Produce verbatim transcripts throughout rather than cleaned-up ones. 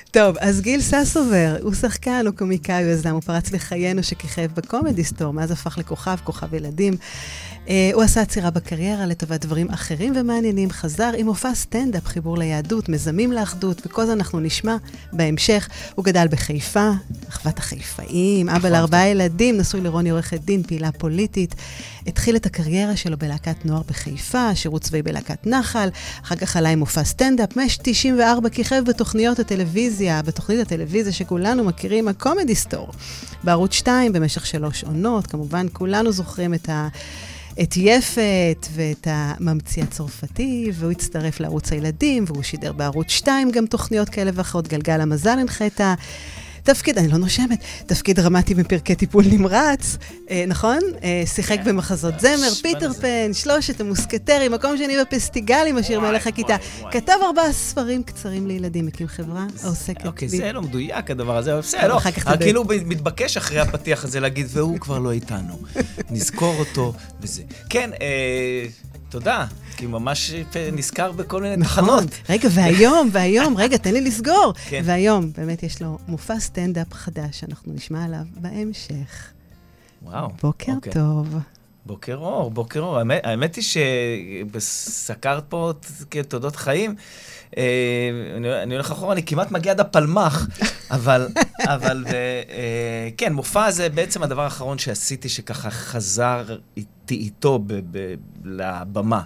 טוב, אז גיל ססובר, הוא שחקן, הוא קומיקאי, הוא יזם, הוא פרץ לחיינו שכיכב בקומדי סטור, מאז הפך לכוכב, כוכב ילדים. אה, הוא עשה עצירה בקריירה לטובת דברים אחרים ומעניינים, חזר עם מופע סטנדאפ, חיבור ליהדות, מזמים לאחדות, וכל זה אנחנו נשמע בהמשך. הוא גדל בחיפה, אחוות החיפאים, אבא לארבעה ילדים, נשוי לרוני עורכת דין, פעילה פוליטית. התחיל את הקריירה שלו בלהקת נוער בחיפה, שירות צבאי בלהקת נחל, אחר כך עלה עם מופע סטנדאפ, תשעים וארבע כיכב בתוכניות הטלוויזיה, בתוכנית הטלוויזיה שכולנו מכירים, הקומדי סטור. בערוץ שתיים במשך שלוש עונות, כמובן כולנו זוכרים את ה... את יפת ואת הממציא הצרפתי, והוא הצטרף לערוץ הילדים, והוא שידר בערוץ שתיים גם תוכניות כאלה ואחרות, גלגל המזל הנחתה, תפקיד, אני לא נושמת, תפקיד דרמטי בפרקי טיפול נמרץ, אה, נכון? אה, שיחק במחזות זמר, פיטר פן, שלושת המוסקטרים, מקום שני בפסטיגלים, השיר מלך הכיתה. כתב ארבעה ספרים קצרים לילדים, הקים חברה, העוסקת. אוקיי, זה לא מדויק הדבר הזה, אבל בסדר, לא, כאילו מתבקש אחרי הפתיח הזה להגיד, והוא כבר לא איתנו. נזכור אותו וזה. כן, תודה. כי ממש נזכר בכל מיני תחנות. רגע, והיום, והיום, רגע, תן לי לסגור. והיום, באמת יש לו מופע סטנדאפ חדש, שאנחנו נשמע עליו בהמשך. וואו. בוקר טוב. בוקר אור, בוקר אור. האמת היא שסקרת פה תודות חיים, אני הולך אחורה, אני כמעט מגיע עד הפלמח, אבל, אבל, כן, מופע זה בעצם הדבר האחרון שעשיתי, שככה חזר איתי איתו לבמה.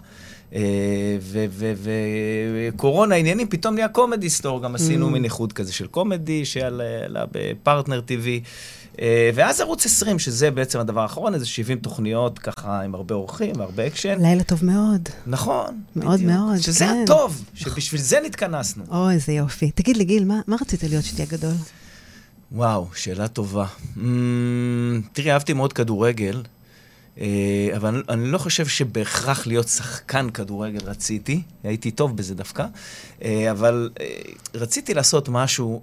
וקורונה, עניינים, פתאום נהיה קומדי סטור, גם עשינו מין איחוד כזה של קומדי, שעלה בפרטנר טיווי, ואז ערוץ עשרים, שזה בעצם הדבר האחרון, איזה שבעים תוכניות, ככה עם הרבה אורחים והרבה אקשן. לילה טוב מאוד. נכון. מאוד מאוד, שזה הטוב, שבשביל זה נתכנסנו. אוי, איזה יופי. תגיד לי, גיל, מה רצית להיות שתהיה גדול? וואו, שאלה טובה. תראי, אהבתי מאוד כדורגל, אבל אני לא חושב שבהכרח להיות שחקן כדורגל רציתי, הייתי טוב בזה דווקא, אבל רציתי לעשות משהו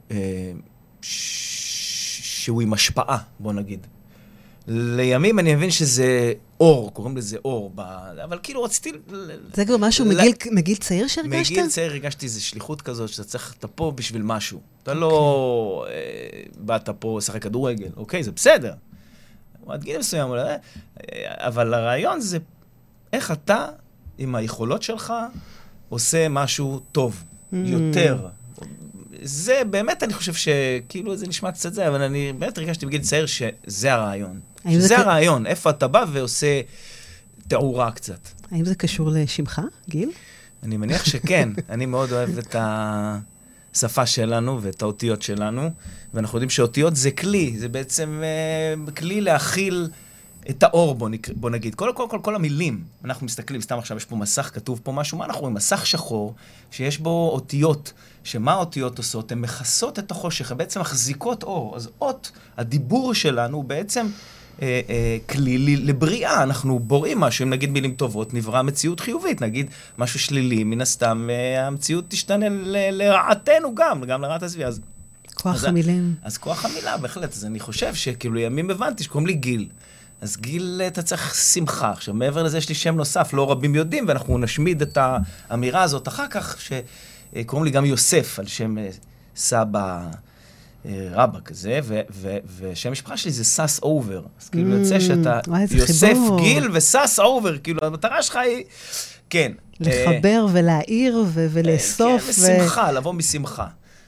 שהוא עם השפעה, בוא נגיד. לימים אני מבין שזה אור, קוראים לזה אור, אבל כאילו רציתי... זה כבר משהו מגיל צעיר שהרגשת? מגיל צעיר הרגשתי איזו שליחות כזאת, שאתה צריך, אתה פה בשביל משהו. אתה לא באת פה לשחק כדורגל, אוקיי, זה בסדר. עד גיל מסוים, אבל הרעיון זה איך אתה, עם היכולות שלך, עושה משהו טוב, יותר. זה באמת, אני חושב שכאילו זה נשמע קצת זה, אבל אני באמת הרגשתי בגיל צעיר שזה הרעיון. שזה הרעיון, איפה אתה בא ועושה תאורה קצת. האם זה קשור לשמך, גיל? אני מניח שכן. אני מאוד אוהב את השפה שלנו ואת האותיות שלנו, ואנחנו יודעים שאותיות זה כלי, זה בעצם uh, כלי להכיל את האור, בוא, נק... בוא נגיד. כל, כל, כל, כל המילים, אנחנו מסתכלים, סתם עכשיו יש פה מסך, כתוב פה משהו, מה אנחנו רואים? מסך שחור, שיש בו אותיות, שמה האותיות עושות? הן מכסות את החושך, הן בעצם מחזיקות אור. אז אות, הדיבור שלנו הוא בעצם אה, אה, כלי לבריאה. אנחנו בוראים משהו, אם נגיד מילים טובות, נברא מציאות חיובית, נגיד משהו שלילי, מן הסתם אה, המציאות תשתנה ל- לרעתנו גם, גם לרעת הסביבה. אז כוח אז, המילים. אז כוח המילה, בהחלט. אז אני חושב שכאילו ימים הבנתי שקוראים לי גיל. אז גיל, אתה צריך שמחה. עכשיו, מעבר לזה יש לי שם נוסף, לא רבים יודעים, ואנחנו נשמיד את האמירה הזאת אחר כך, שקוראים לי גם יוסף, על שם סבא רבא כזה, ו- ו- ושם משפחה שלי זה סס אובר. אז כאילו יוצא שאתה יוסף גיל וסס אובר, כאילו המטרה שלך היא, כן. לחבר ולהעיר ו- ולאסוף. כן, ושמחה, לבוא משמחה.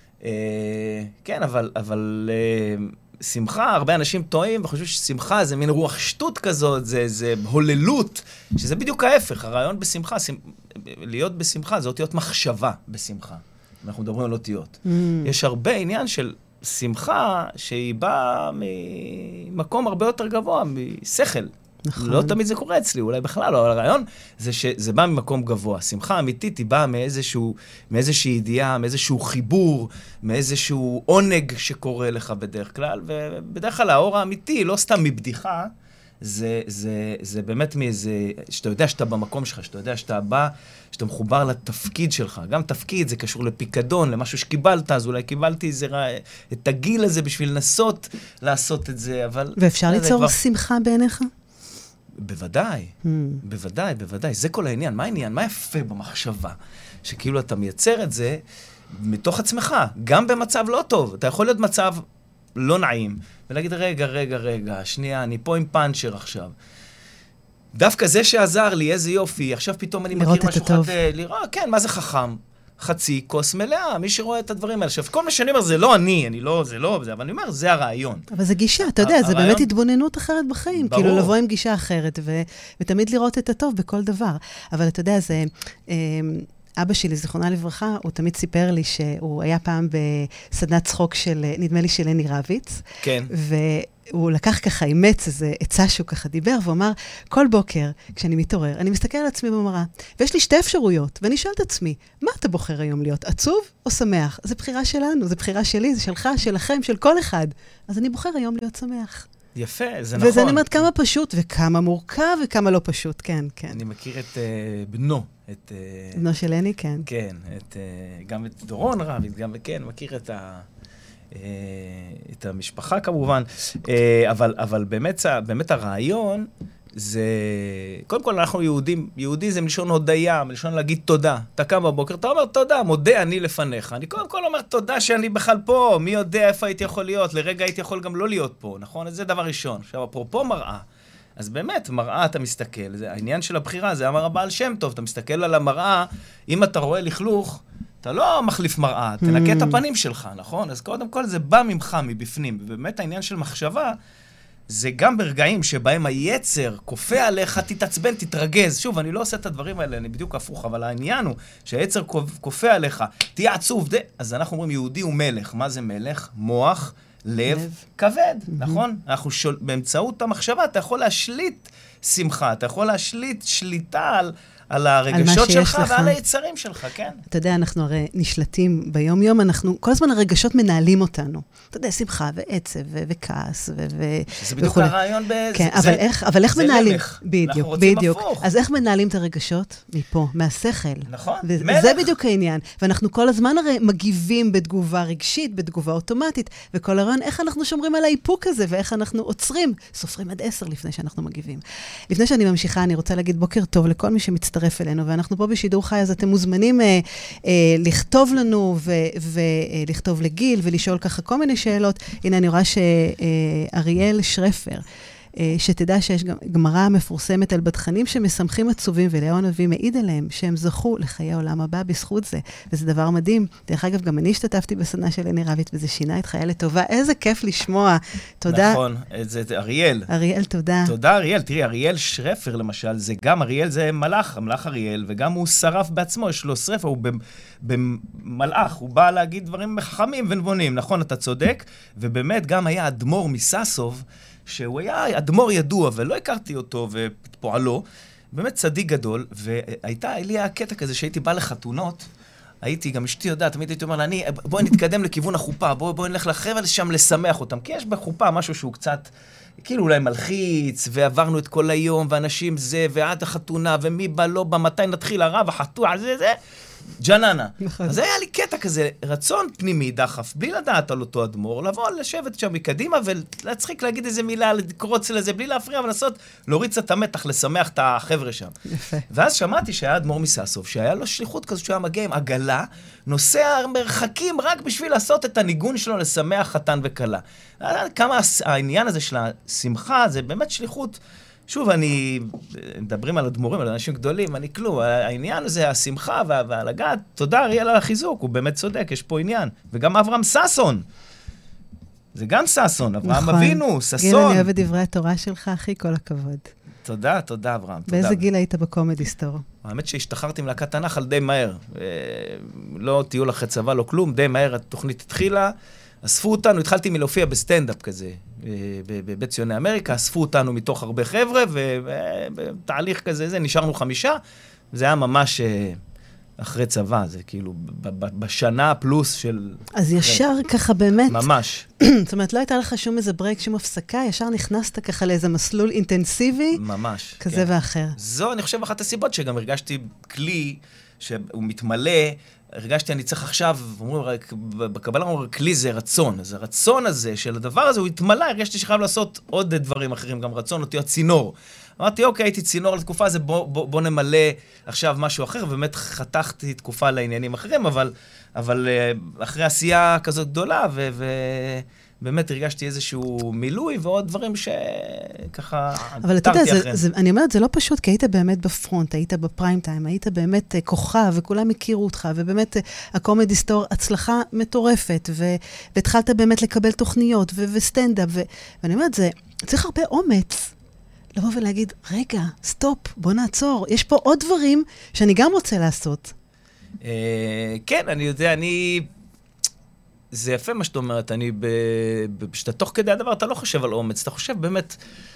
כן, אבל, אבל שמחה, הרבה אנשים טועים וחושבים ששמחה זה מין רוח שטות כזאת, זה, זה הוללות, שזה בדיוק ההפך. הרעיון בשמחה, להיות בשמחה, זה אותיות מחשבה בשמחה. אנחנו מדברים על אותיות. Mm. יש הרבה עניין של שמחה שהיא באה ממקום הרבה יותר גבוה, משכל. נכון. לא תמיד זה קורה אצלי, אולי בכלל לא, אבל הרעיון זה שזה בא ממקום גבוה. שמחה אמיתית היא באה מאיזשהו, מאיזושהי ידיעה, מאיזשהו חיבור, מאיזשהו עונג שקורה לך בדרך כלל, ובדרך כלל האור האמיתי, לא סתם מבדיחה, זה, זה, זה באמת מאיזה, שאתה יודע שאתה במקום שלך, שאתה יודע שאתה בא, שאתה מחובר לתפקיד שלך. גם תפקיד זה קשור לפיקדון, למשהו שקיבלת, אז אולי קיבלתי איזה, את הגיל הזה בשביל לנסות לעשות את זה, אבל... ואפשר ליצור כבר... שמחה בעיניך? בוודאי, hmm. בוודאי, בוודאי. זה כל העניין. מה העניין? מה יפה במחשבה? שכאילו אתה מייצר את זה, מתוך עצמך, גם במצב לא טוב. אתה יכול להיות מצב לא נעים, ולהגיד, רגע, רגע, רגע, שנייה, אני פה עם פאנצ'ר עכשיו. דווקא זה שעזר לי, איזה יופי, עכשיו פתאום אני מכיר משהו חד... לראות, כן, מה זה חכם? חצי כוס מלאה, מי שרואה את הדברים האלה. עכשיו, כל מה שאני אומר, זה לא אני, אני לא, זה לא, זה, אבל אני אומר, זה הרעיון. אבל זה גישה, אתה יודע, זה באמת התבוננות אחרת בחיים. ברור. כאילו, לבוא עם גישה אחרת, ו- ותמיד לראות את הטוב בכל דבר. אבל אתה יודע, זה... אבא שלי, זיכרונה לברכה, הוא תמיד סיפר לי שהוא היה פעם בסדנת צחוק של, נדמה לי, של לני רביץ. כן. והוא לקח ככה, אימץ איזה עצה שהוא ככה דיבר, ואומר, כל בוקר, כשאני מתעורר, אני מסתכל על עצמי במראה, ויש לי שתי אפשרויות, ואני שואל את עצמי, מה אתה בוחר היום להיות, עצוב או שמח? זו בחירה שלנו, זו בחירה שלי, זה שלך, שלכם, של כל אחד. אז אני בוחר היום להיות שמח. יפה, זה נכון. וזה אני אומרת כמה פשוט וכמה מורכב וכמה לא פשוט, כן, כן. אני מכיר את uh, בנו, את... Uh, בנו של לני, כן. כן, את, uh, גם את דורון רביץ, גם, כן, מכיר את, ה, uh, את המשפחה כמובן, uh, אבל, אבל באמת, באמת הרעיון זה... קודם כל אנחנו יהודים, יהודי זה מלשון הודיה, מלשון להגיד תודה. אתה קם בבוקר, אתה אומר תודה, מודה אני לפניך. אני קודם כל אומר תודה שאני בכלל פה, מי יודע איפה הייתי יכול להיות, לרגע הייתי יכול גם לא להיות פה, נכון? זה דבר ראשון. עכשיו, אפרופו מראה, אז באמת, מראה אתה מסתכל, זה, העניין של הבחירה, זה אמר הבעל שם טוב, אתה מסתכל על המראה, אם אתה רואה לכלוך, אתה לא מחליף מראה, תנקה את הפנים שלך, נכון? אז קודם כל זה בא ממך, מבפנים, ובאמת העניין של מחשבה, זה גם ברגעים שבהם היצר כופה עליך, תתעצבן, תתרגז. שוב, אני לא עושה את הדברים האלה, אני בדיוק הפוך, אבל העניין הוא שהיצר כופה עליך, תהיה עצוב, דה. אז אנחנו אומרים, יהודי הוא מלך. מה זה מלך? מוח, לב, לב. כבד, mm-hmm. נכון? אנחנו שול... באמצעות המחשבה, אתה יכול להשליט שמחה, אתה יכול להשליט שליטה על... על הרגשות שלך לך. ועל היצרים שלך, כן. אתה יודע, אנחנו הרי נשלטים ביום-יום, אנחנו, כל הזמן הרגשות מנהלים אותנו. אתה יודע, שמחה ועצב ו- וכעס ו... שזה בדיוק הרעיון ב... כן, זה, אבל זה, איך, אבל איך מנהלים... למך. בדיוק, בדיוק. הפוך. אז איך מנהלים את הרגשות? מפה, מהשכל. נכון, ו- מלך. זה בדיוק העניין. ואנחנו כל הזמן הרי מגיבים בתגובה רגשית, בתגובה אוטומטית, וכל הרעיון, איך אנחנו שומרים על האיפוק הזה, ואיך אנחנו עוצרים, סופרים עד עשר לפני שאנחנו מגיבים. לפני שאני ממשיכה, אני רוצה להגיד בוקר טוב לכל מי שמצטרף אלינו, ואנחנו פה בשידור חי, אז אתם מוזמנים אה, אה, לכתוב לנו ולכתוב אה, לגיל ולשאול ככה כל מיני שאלות. הנה, אני רואה שאריאל שרפר, אה, שתדע שיש גמרא מפורסמת על בתחנים שמשמחים עצובים, ואליהו הנביא מעיד עליהם שהם זכו לחיי העולם הבא בזכות זה. וזה דבר מדהים. דרך אגב, גם אני השתתפתי בסדנה של לני רביץ, וזה שינה את חיי לטובה. איזה כיף לשמוע. תודה. נכון, זה, זה אריאל. אריאל, תודה. תודה, אריאל. תראי, אריאל שרפר, למשל, זה גם, אריאל זה מלאך, המלאך אריאל, וגם הוא שרף בעצמו, יש לו שרפה, הוא במלאך, הוא בא להגיד דברים חכמים ונבונים. נכון, אתה צודק, ובאמת גם היה אדמו"ר מססוב, שהוא היה אדמו"ר ידוע, ולא הכרתי אותו ופועלו, באמת צדיק גדול, והייתה, לי היה קטע כזה שהייתי בא לחתונות, הייתי, גם אשתי יודעת, תמיד הייתי אומר לה, אני, בואי נתקדם לכיוון החופה, בואי, בואי נלך לחבל שם לשמח אותם, כי יש בחופה משהו שהוא קצת, כאילו אולי מלחיץ, ועברנו את כל היום, ואנשים זה, ועד החתונה, ומי בא לא בא, מתי נתחיל הרב, החתוע, זה, זה, ג'ננה. נכון. אז היה לי קטע כזה, רצון פנימי דחף, בלי לדעת על אותו אדמו"ר, לבוא לשבת שם מקדימה, ולהצחיק להגיד איזה מילה, לקרוץ לזה, בלי להפריע, ולנסות להוריד קצת המתח, לשמח את החבר'ה שם. יפה. ואז שמעתי שהיה אדמו"ר מססוב, שהיה לו שליחות כזו, שהוא היה מגיע עם עגלה, נוסע מרחקים רק בשביל לעשות את הניגון שלו, לשמח חתן וכלה. כמה העניין הזה של השמחה, זה באמת שליחות. שוב, אני, מדברים על אדמו"רים, על אנשים גדולים, אני כלום, העניין הזה, השמחה והלגעת, תודה אריאל על החיזוק, הוא באמת צודק, יש פה עניין. וגם אברהם ששון, זה גם ששון, אברהם אבינו, ששון. גיל, אני אוהב את דברי התורה שלך, אחי, כל הכבוד. תודה, תודה אברהם. באיזה גיל היית בקומדי סטור? האמת שהשתחררתי מלהקת הנחל די מהר. לא טיול אחרי צבא, לא כלום, די מהר התוכנית התחילה. אספו אותנו, התחלתי מלהופיע בסטנדאפ כזה, בבית ציוני אמריקה, אספו אותנו מתוך הרבה חבר'ה, ובתהליך כזה, זה, נשארנו חמישה, זה היה ממש אחרי צבא, זה כאילו בשנה פלוס של... אז ישר ככה באמת... ממש. זאת אומרת, לא הייתה לך שום איזה ברייק, שום הפסקה, ישר נכנסת ככה לאיזה מסלול אינטנסיבי, ממש. כזה ואחר. זו, אני חושב, אחת הסיבות שגם הרגשתי כלי שהוא מתמלא, הרגשתי, אני צריך עכשיו, אומרים, בקבלה אומרים, כלי זה רצון. אז הרצון הזה של הדבר הזה, הוא התמלא, הרגשתי שחייב לעשות עוד דברים אחרים, גם רצון אותי הצינור. אמרתי, אוקיי, הייתי צינור לתקופה הזו, בוא, בוא, בוא נמלא עכשיו משהו אחר, ובאמת חתכתי תקופה לעניינים אחרים, אבל, אבל אחרי עשייה כזאת גדולה, ו... ו באמת הרגשתי איזשהו מילוי ועוד דברים שככה... אבל אתה יודע, זה, זה, אני אומרת, זה לא פשוט, כי היית באמת בפרונט, היית בפריים טיים, היית באמת כוכב, וכולם הכירו אותך, ובאמת הקומדי סטור הצלחה מטורפת, ו, והתחלת באמת לקבל תוכניות ו, וסטנדאפ, ו, ואני אומרת, זה צריך הרבה אומץ לבוא ולהגיד, רגע, סטופ, בוא נעצור, יש פה עוד דברים שאני גם רוצה לעשות. כן, אני יודע, אני... זה יפה מה שאת אומרת, אני, שאתה תוך כדי הדבר, אתה לא חושב על אומץ, אתה חושב באמת,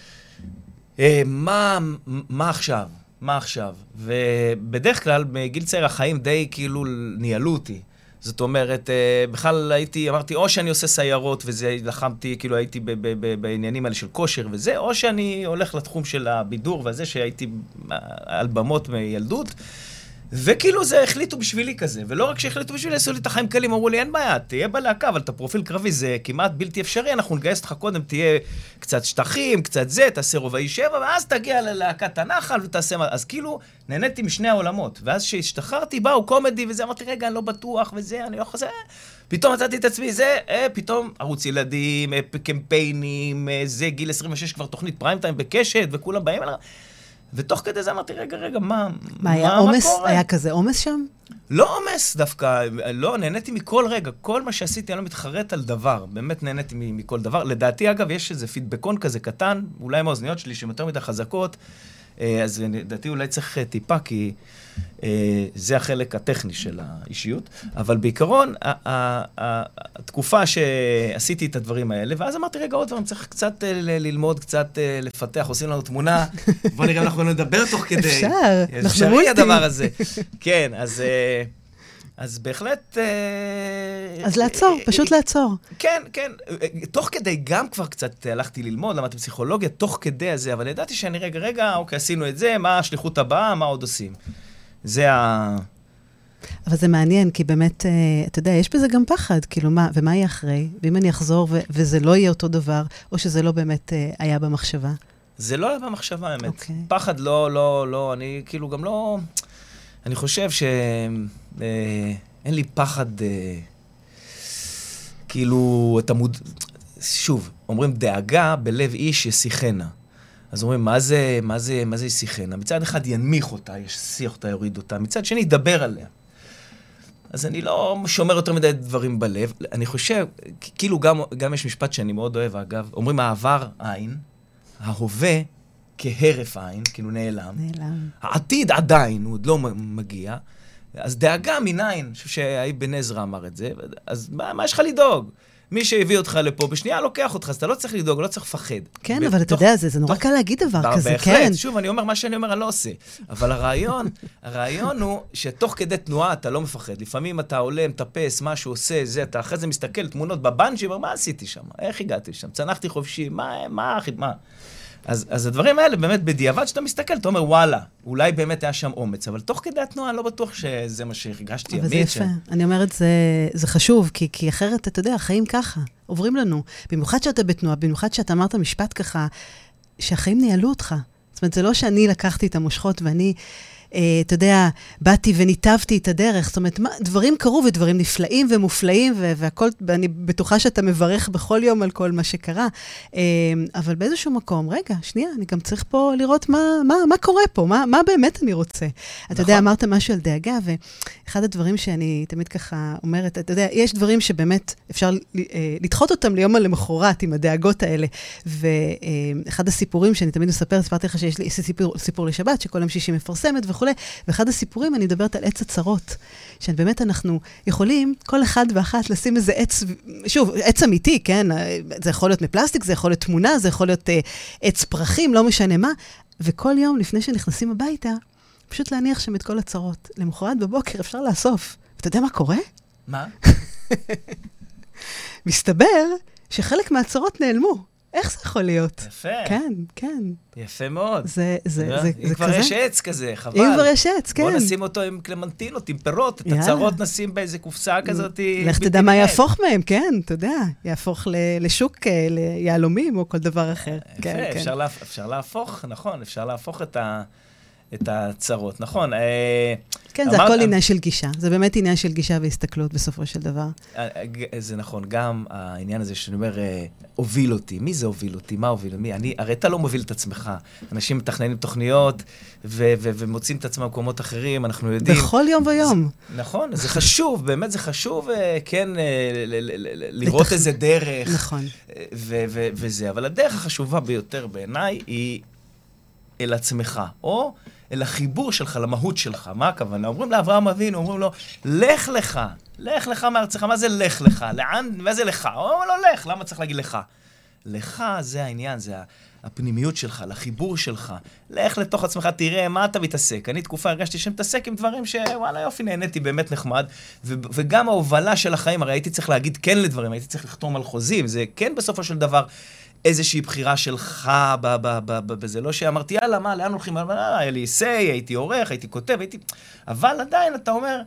אה, מה, מה עכשיו? מה עכשיו? ובדרך כלל, בגיל צעיר החיים די כאילו ניהלו אותי. זאת אומרת, אה, בכלל הייתי, אמרתי, או שאני עושה סיירות, וזה לחמתי, כאילו הייתי ב- ב- ב- בעניינים האלה של כושר וזה, או שאני הולך לתחום של הבידור וזה, שהייתי על במות מילדות, וכאילו זה החליטו בשבילי כזה, ולא רק שהחליטו בשבילי, עשו לי את החיים קלים, אמרו לי, אין בעיה, תהיה בלהקה, אבל את הפרופיל קרבי זה כמעט בלתי אפשרי, אנחנו נגייס אותך קודם, תהיה קצת שטחים, קצת זה, תעשה רובעי שבע, ואז תגיע ללהקת הנחל ותעשה מה, אז כאילו נהניתי משני העולמות, ואז שהשתחררתי, באו קומדי וזה, אמרתי, רגע, אני לא בטוח וזה, אני לא חושב, פתאום מצאתי את עצמי, זה, אה, פתאום ערוץ ילדים, אה, קמפיינים, אה, זה, גיל עשרים ושש כבר תוכנית פריים טיים בקשת, וכולם באים אליי, ותוך כדי זה אמרתי, רגע, רגע, מה, מה היה אומס? היה כזה אומס שם? לא אומס דווקא, לא, נהניתי מכל רגע, כל מה שעשיתי, אני לא מתחרט על דבר, באמת נהניתי מכל דבר. לדעתי, אגב, יש איזה פידבקון כזה קטן, אולי עם האוזניות שלי, שהן יותר מדי חזקות, אז לדעתי אולי צריך טיפה, כי זה החלק הטכני של האישיות, אבל בעיקרון, התקופה שעשיתי את הדברים האלה, ואז אמרתי, רגע, עוד דבר, אני צריך קצת ללמוד, קצת לפתח, עושים לנו תמונה, בוא נראה, אנחנו נדבר תוך כדי. אפשר, אפשרי הדבר הזה. כן, אז... אז בהחלט... אז לעצור, פשוט לעצור. כן, כן. תוך כדי גם כבר קצת הלכתי ללמוד, למדתי פסיכולוגיה, תוך כדי הזה, אבל ידעתי שאני רגע, רגע, אוקיי, עשינו את זה, מה השליחות הבאה, מה עוד עושים? זה ה... אבל זה מעניין, כי באמת, אתה יודע, יש בזה גם פחד, כאילו מה, ומה יהיה אחרי? ואם אני אחזור וזה לא יהיה אותו דבר, או שזה לא באמת היה במחשבה? זה לא היה במחשבה, האמת. פחד לא, לא, לא, אני כאילו גם לא... אני חושב ש... אה, אין לי פחד, אה, כאילו, אתה מוד... שוב, אומרים דאגה בלב איש ישיחנה. אז אומרים, מה זה, מה זה, מה זה ישיחנה? מצד אחד ינמיך אותה, ישיח אותה, יוריד אותה. מצד שני, ידבר עליה. אז אני לא שומר יותר מדי דברים בלב. אני חושב, כאילו, גם, גם יש משפט שאני מאוד אוהב, אגב. אומרים, העבר עין, ההווה כהרף עין, כאילו נעלם. נעלם. העתיד עדיין, הוא עוד לא מגיע. אז דאגה מניין, אני חושב שהאבן עזרא אמר את זה, אז מה, מה יש לך לדאוג? מי שהביא אותך לפה, בשנייה לוקח אותך, אז אתה לא צריך לדאוג, לא צריך לפחד. כן, אבל אתה יודע, זה נורא קל להגיד דבר כזה, כן. בהחלט, שוב, אני אומר, מה שאני אומר, אני לא עושה. אבל הרעיון, הרעיון הוא שתוך כדי תנועה אתה לא מפחד. לפעמים אתה עולה, מטפס, משהו עושה, זה, אתה אחרי זה מסתכל, תמונות בבנג'י, מה עשיתי שם? איך הגעתי שם? צנחתי חופשי, מה, מה, מה? אז, אז הדברים האלה, באמת, בדיעבד שאתה מסתכל, אתה אומר, וואלה, אולי באמת היה שם אומץ, אבל תוך כדי התנועה, אני לא בטוח שזה מה שהרגשתי. אבל זה יפה. אני אומרת, זה, זה חשוב, כי, כי אחרת, אתה יודע, החיים ככה, עוברים לנו. במיוחד שאתה בתנועה, במיוחד שאתה אמרת משפט ככה, שהחיים ניהלו אותך. זאת אומרת, זה לא שאני לקחתי את המושכות ואני... אתה יודע, באתי וניתבתי את הדרך, זאת אומרת, דברים קרו ודברים נפלאים ומופלאים, והכל, ואני בטוחה שאתה מברך בכל יום על כל מה שקרה, אבל באיזשהו מקום, רגע, שנייה, אני גם צריך פה לראות מה, מה, מה קורה פה, מה, מה באמת אני רוצה. אתה יודע, אמרת משהו על דאגה, ואחד הדברים שאני תמיד ככה אומרת, אתה יודע, יש דברים שבאמת אפשר לדחות אותם ליום למחרת עם הדאגות האלה, ואחד הסיפורים שאני תמיד מספר, סיפרתי לך שיש לי סיפור, סיפור לשבת, שכל יום שישי מפרסמת וכו'. ואחד הסיפורים, אני מדברת על עץ הצרות, שבאמת אנחנו יכולים, כל אחד ואחת, לשים איזה עץ, שוב, עץ אמיתי, כן? זה יכול להיות מפלסטיק, זה יכול להיות תמונה, זה יכול להיות uh, עץ פרחים, לא משנה מה, וכל יום לפני שנכנסים הביתה, פשוט להניח שם את כל הצרות. למחרת בבוקר אפשר לאסוף. ואתה יודע מה קורה? מה? מסתבר שחלק מהצרות נעלמו. איך זה יכול להיות? יפה. כן, כן. יפה מאוד. זה, זה, זה, אם זה כבר כזה? יש עץ כזה, חבל. אם כבר יש עץ, כן. בוא נשים אותו עם קלמנטינות, עם פירות, את יאללה. הצרות נשים באיזה קופסה כזאת. לך תדע מה יהפוך מהם, כן, אתה יודע. יהפוך ל- לשוק, אה, ליהלומים או כל דבר אחר. יפה, כן, כן. אפשר לה- אפשר להפוך, נכון, אפשר להפוך את ה... את הצרות, נכון. אה, כן, זה אמר- הכל עניין של גישה. זה באמת עניין של גישה והסתכלות בסופו של דבר. אה, ג- זה נכון, גם העניין הזה שאני אומר, אה, הוביל אותי. מי זה הוביל אותי? מה הוביל? מי? אני, הרי אתה לא מוביל את עצמך. אנשים מתכננים תוכניות ו- ו- ומוצאים את עצמם במקומות אחרים, אנחנו יודעים. בכל יום ויום. נכון, זה חשוב, באמת זה חשוב, אה, כן, אה, ל- ל- ל- ל- לראות לתכ- איזה דרך. נכון. אה, ו- ו- וזה, אבל הדרך החשובה ביותר בעיניי היא אל עצמך, או אל החיבור שלך, למהות שלך. מה הכוונה? אומרים לאברהם אבינו, אומרים לו, לך לך, לך לך מארצך. מה זה לך לך? לאן? מה זה לך? הוא אומר לו, לך, למה צריך להגיד לך? לך זה העניין, זה הפנימיות שלך, לחיבור שלך. לך לתוך עצמך, תראה מה אתה מתעסק. אני תקופה הרגשתי שמתעסק עם דברים שוואלה יופי, נהניתי, באמת נחמד. ו- וגם ההובלה של החיים, הרי הייתי צריך להגיד כן לדברים, הייתי צריך לחתום על חוזים. זה כן בסופו של דבר איזושהי בחירה שלך ב- ב- ב- ב- בזה. לא שאמרתי, יאללה, מה, לאן הולכים? אה, היה לי say, הייתי עורך, הייתי כותב, הייתי... אבל עדיין אתה אומר,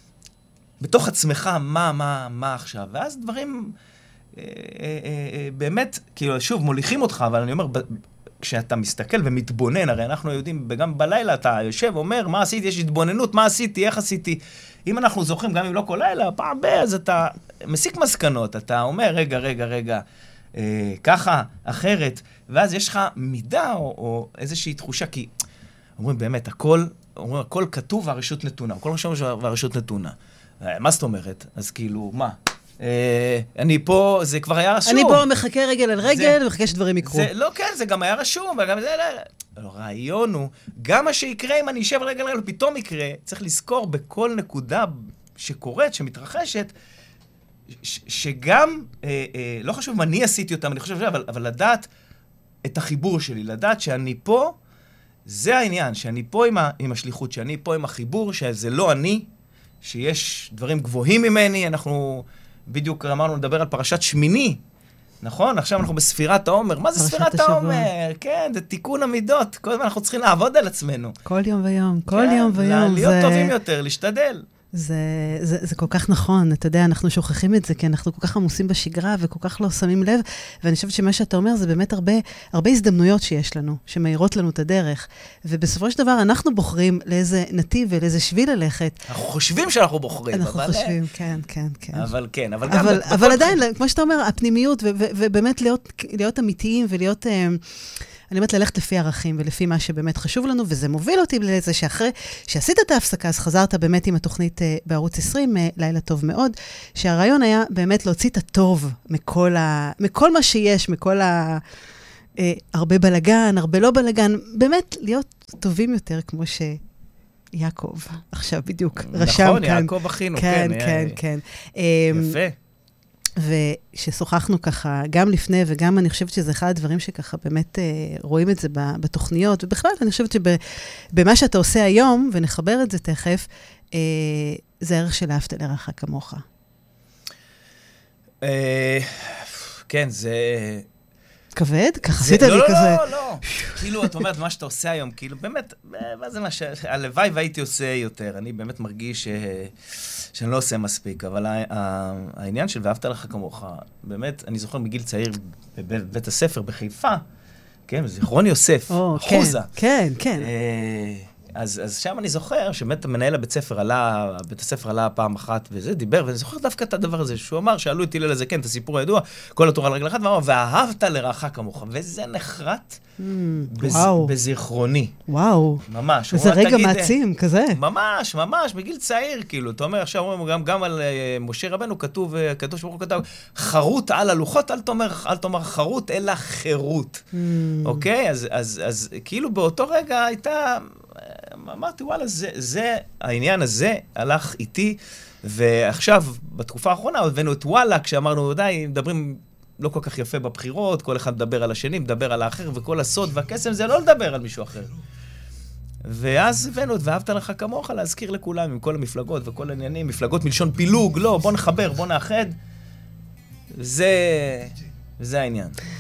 בתוך עצמך, מה, מה, מה עכשיו? ואז דברים... אה, אה, אה, באמת, כאילו, שוב, מוליכים אותך, אבל אני אומר, ב- כשאתה מסתכל ומתבונן, הרי אנחנו יודעים, וגם בלילה אתה יושב, אומר, מה עשיתי? יש התבוננות, מה עשיתי? איך עשיתי? אם אנחנו זוכרים, גם אם לא כל לילה, פעם ב, אז אתה מסיק מסקנות, אתה אומר, רגע, רגע, רגע, אה, ככה, אחרת, ואז יש לך מידה או, או איזושהי תחושה, כי אומרים, באמת, הכל, אומרים, הכל כתוב והרשות נתונה, הכל חשוב והרשות נתונה. אה, מה זאת אומרת? אז כאילו, מה? אה, אני פה, זה כבר היה רשום. אני פה מחכה רגל על רגל, ומחכה שדברים יקרו. זה, לא, כן, זה גם היה רשום, וגם זה, לא, לא, הרעיון הוא, גם מה שיקרה אם אני אשב רגל על רגל, פתאום יקרה, צריך לזכור בכל נקודה שקורית, שמתרחשת, ש, שגם, אה, אה, לא חשוב מה אני עשיתי אותם, אני חושב, אבל, אבל לדעת את החיבור שלי, לדעת שאני פה, זה העניין, שאני פה עם, ה, עם השליחות, שאני פה עם החיבור, שזה לא אני, שיש דברים גבוהים ממני, אנחנו בדיוק אמרנו לדבר על פרשת שמיני, נכון? עכשיו אנחנו בספירת העומר. מה זה ספירת העומר? כן, זה תיקון המידות. כל הזמן אנחנו צריכים לעבוד על עצמנו. כל יום ויום, כל כן, יום ויום. להיות זה... טובים יותר, להשתדל. זה, זה, זה כל כך נכון, אתה יודע, אנחנו שוכחים את זה, כי אנחנו כל כך עמוסים בשגרה וכל כך לא שמים לב, ואני חושבת שמה שאתה אומר זה באמת הרבה, הרבה הזדמנויות שיש לנו, שמאירות לנו את הדרך, ובסופו של דבר אנחנו בוחרים לאיזה נתיב ולאיזה שביל ללכת. אנחנו חושבים שאנחנו בוחרים, אנחנו אבל... חושבים, כן, כן, כן. אבל כן, אבל גם... אבל, בכל... אבל עדיין, כמו שאתה אומר, הפנימיות, ו- ו- ובאמת להיות, להיות אמיתיים ולהיות... אני אומרת ללכת לפי ערכים ולפי מה שבאמת חשוב לנו, וזה מוביל אותי לזה שאחרי שעשית את ההפסקה, אז חזרת באמת עם התוכנית uh, בערוץ עשרים, uh, לילה טוב מאוד, שהרעיון היה באמת להוציא את הטוב מכל, ה, מכל מה שיש, מכל ה... Uh, הרבה בלגן, הרבה לא בלגן, באמת להיות טובים יותר כמו שיעקב, עכשיו בדיוק, רשם כאן. נכון, יעקב אחינו, כן. כן, כן, כן, כן. יפה. וששוחחנו ככה גם לפני, וגם אני חושבת שזה אחד הדברים שככה באמת אה, רואים את זה בתוכניות, ובכלל אני חושבת שבמה שאתה עושה היום, ונחבר את זה תכף, אה, זה ערך של אהבת לרעך כמוך. אה, כן, זה... כבד? ככה עשית לי לא, כזה. לא, לא, לא. כאילו, את אומרת, מה שאתה עושה היום, כאילו, באמת, מה זה מה ש... הלוואי והייתי עושה יותר. אני באמת מרגיש שאני לא עושה מספיק, אבל העניין של ואהבת לך כמוך, באמת, אני זוכר מגיל צעיר בבית הספר בחיפה, כן, זיכרון יוסף, אחוזה. כן, כן. אז, אז שם אני זוכר שבאמת מנהל הבית ספר עלה, בית הספר עלה פעם אחת וזה, דיבר, ואני זוכר דווקא את הדבר הזה, שהוא אמר, שאלו את הלל הזקן, את הסיפור הידוע, כל התורה על רגל אחת, ואמר, ואהבת לרעך כמוך, וזה נחרט Mm, בז, וואו. בזיכרוני. וואו. ממש. וזה רגע תגיד, מעצים, כזה. ממש, ממש, בגיל צעיר, כאילו, אתה אומר, עכשיו אומרים, גם, גם על uh, משה רבנו כתוב, uh, כתוב שברוך כתב, חרוט על הלוחות, אל תאמר, אל תאמר חרוט, אלא חירות. Mm. אוקיי? אז, אז, אז כאילו באותו רגע הייתה, אמרתי, וואלה, זה, זה, העניין הזה הלך איתי, ועכשיו, בתקופה האחרונה, הבאנו את וואלה, כשאמרנו, די, מדברים לא כל כך יפה בבחירות, כל אחד מדבר על השני, מדבר על האחר, וכל הסוד והקסם זה לא לדבר על מישהו אחר. ואז הבאנו את ואהבת לך כמוך, להזכיר לכולם, עם כל המפלגות וכל העניינים, מפלגות מלשון פילוג, לא, בוא נחבר, בוא נאחד. זה, זה העניין.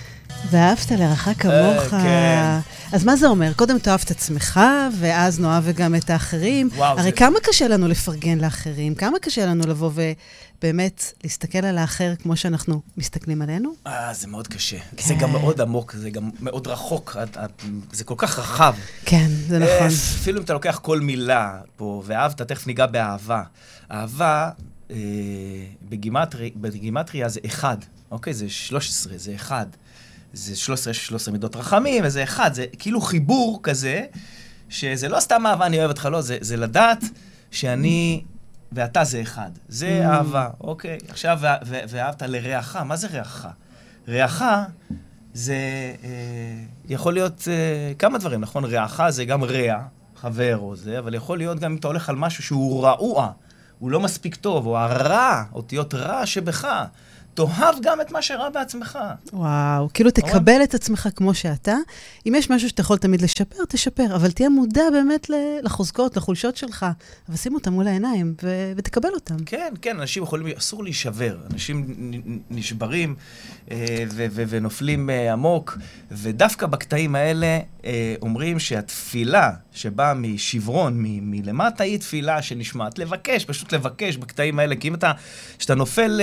ואהבת לרעך כמוך. כן. אז מה זה אומר? קודם תאהב את עצמך, ואז נאהב גם את האחרים. וואו, הרי זה... כמה קשה לנו לפרגן לאחרים? כמה קשה לנו לבוא ובאמת להסתכל על האחר כמו שאנחנו מסתכלים עלינו? אה, זה מאוד קשה. כן. זה גם מאוד עמוק, זה גם מאוד רחוק. את, את, זה כל כך רחב. כן, זה נכון. אפילו אם אתה לוקח כל מילה פה, ואהבת, תכף ניגע באהבה. אהבה, אה, בגימטרי, בגימטריה זה אחד. אוקיי, זה שלוש עשרה, זה אחד. זה שלוש עשרה, יש שלוש עשרה מידות רחמים, וזה אחד. זה כאילו חיבור כזה, שזה לא סתם אהבה, אני אוהב אותך, לא, זה, זה לדעת שאני ואתה זה אחד. זה Mm. אהבה, אוקיי. עכשיו, ו- ו- ואהבת לרעך. מה זה רעך? רעך זה אה, יכול להיות אה, כמה דברים, נכון? רעך זה גם רע, חבר או זה, אבל יכול להיות גם אם אתה הולך על משהו שהוא רעוע, הוא לא מספיק טוב, או הרע, אותיות רע שבך. תאהב גם את מה שרע בעצמך. וואו, כאילו תקבל את עצמך כמו שאתה. אם יש משהו שאתה יכול תמיד לשפר, תשפר, אבל תהיה מודע באמת לחוזקות, לחולשות שלך, אבל שים אותם מול העיניים ו- ותקבל אותם. כן, כן, אנשים יכולים, אסור להישבר. אנשים נשברים ו- ו- ונופלים עמוק, ודווקא בקטעים האלה אומרים שהתפילה שבאה משברון, מ- מלמטה, היא תפילה שנשמעת. לבקש, פשוט לבקש בקטעים האלה, כי אם אתה, שאתה נופל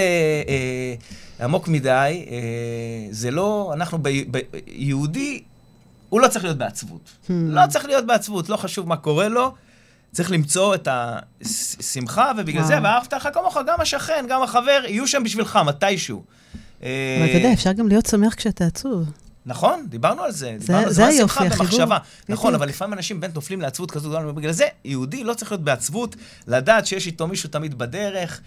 עמוק מדי, זה לא, אנחנו ביהודי, הוא לא צריך להיות בעצבות. לא צריך להיות בעצבות, לא חשוב מה קורה לו, צריך למצוא את השמחה, ובגלל זה, ואהבת לך כמוך, גם השכן, גם החבר, יהיו שם בשבילך, מתישהו. אבל אתה יודע, אפשר גם להיות שמח כשאתה עצוב. נכון, דיברנו על זה. זה, זה היופי, במחשבה. נכון, אבל לפעמים אנשים בין נופלים לעצבות כזאת, בגלל זה, יהודי לא צריך להיות בעצבות, לדעת שיש איתו מישהו תמיד בדרך.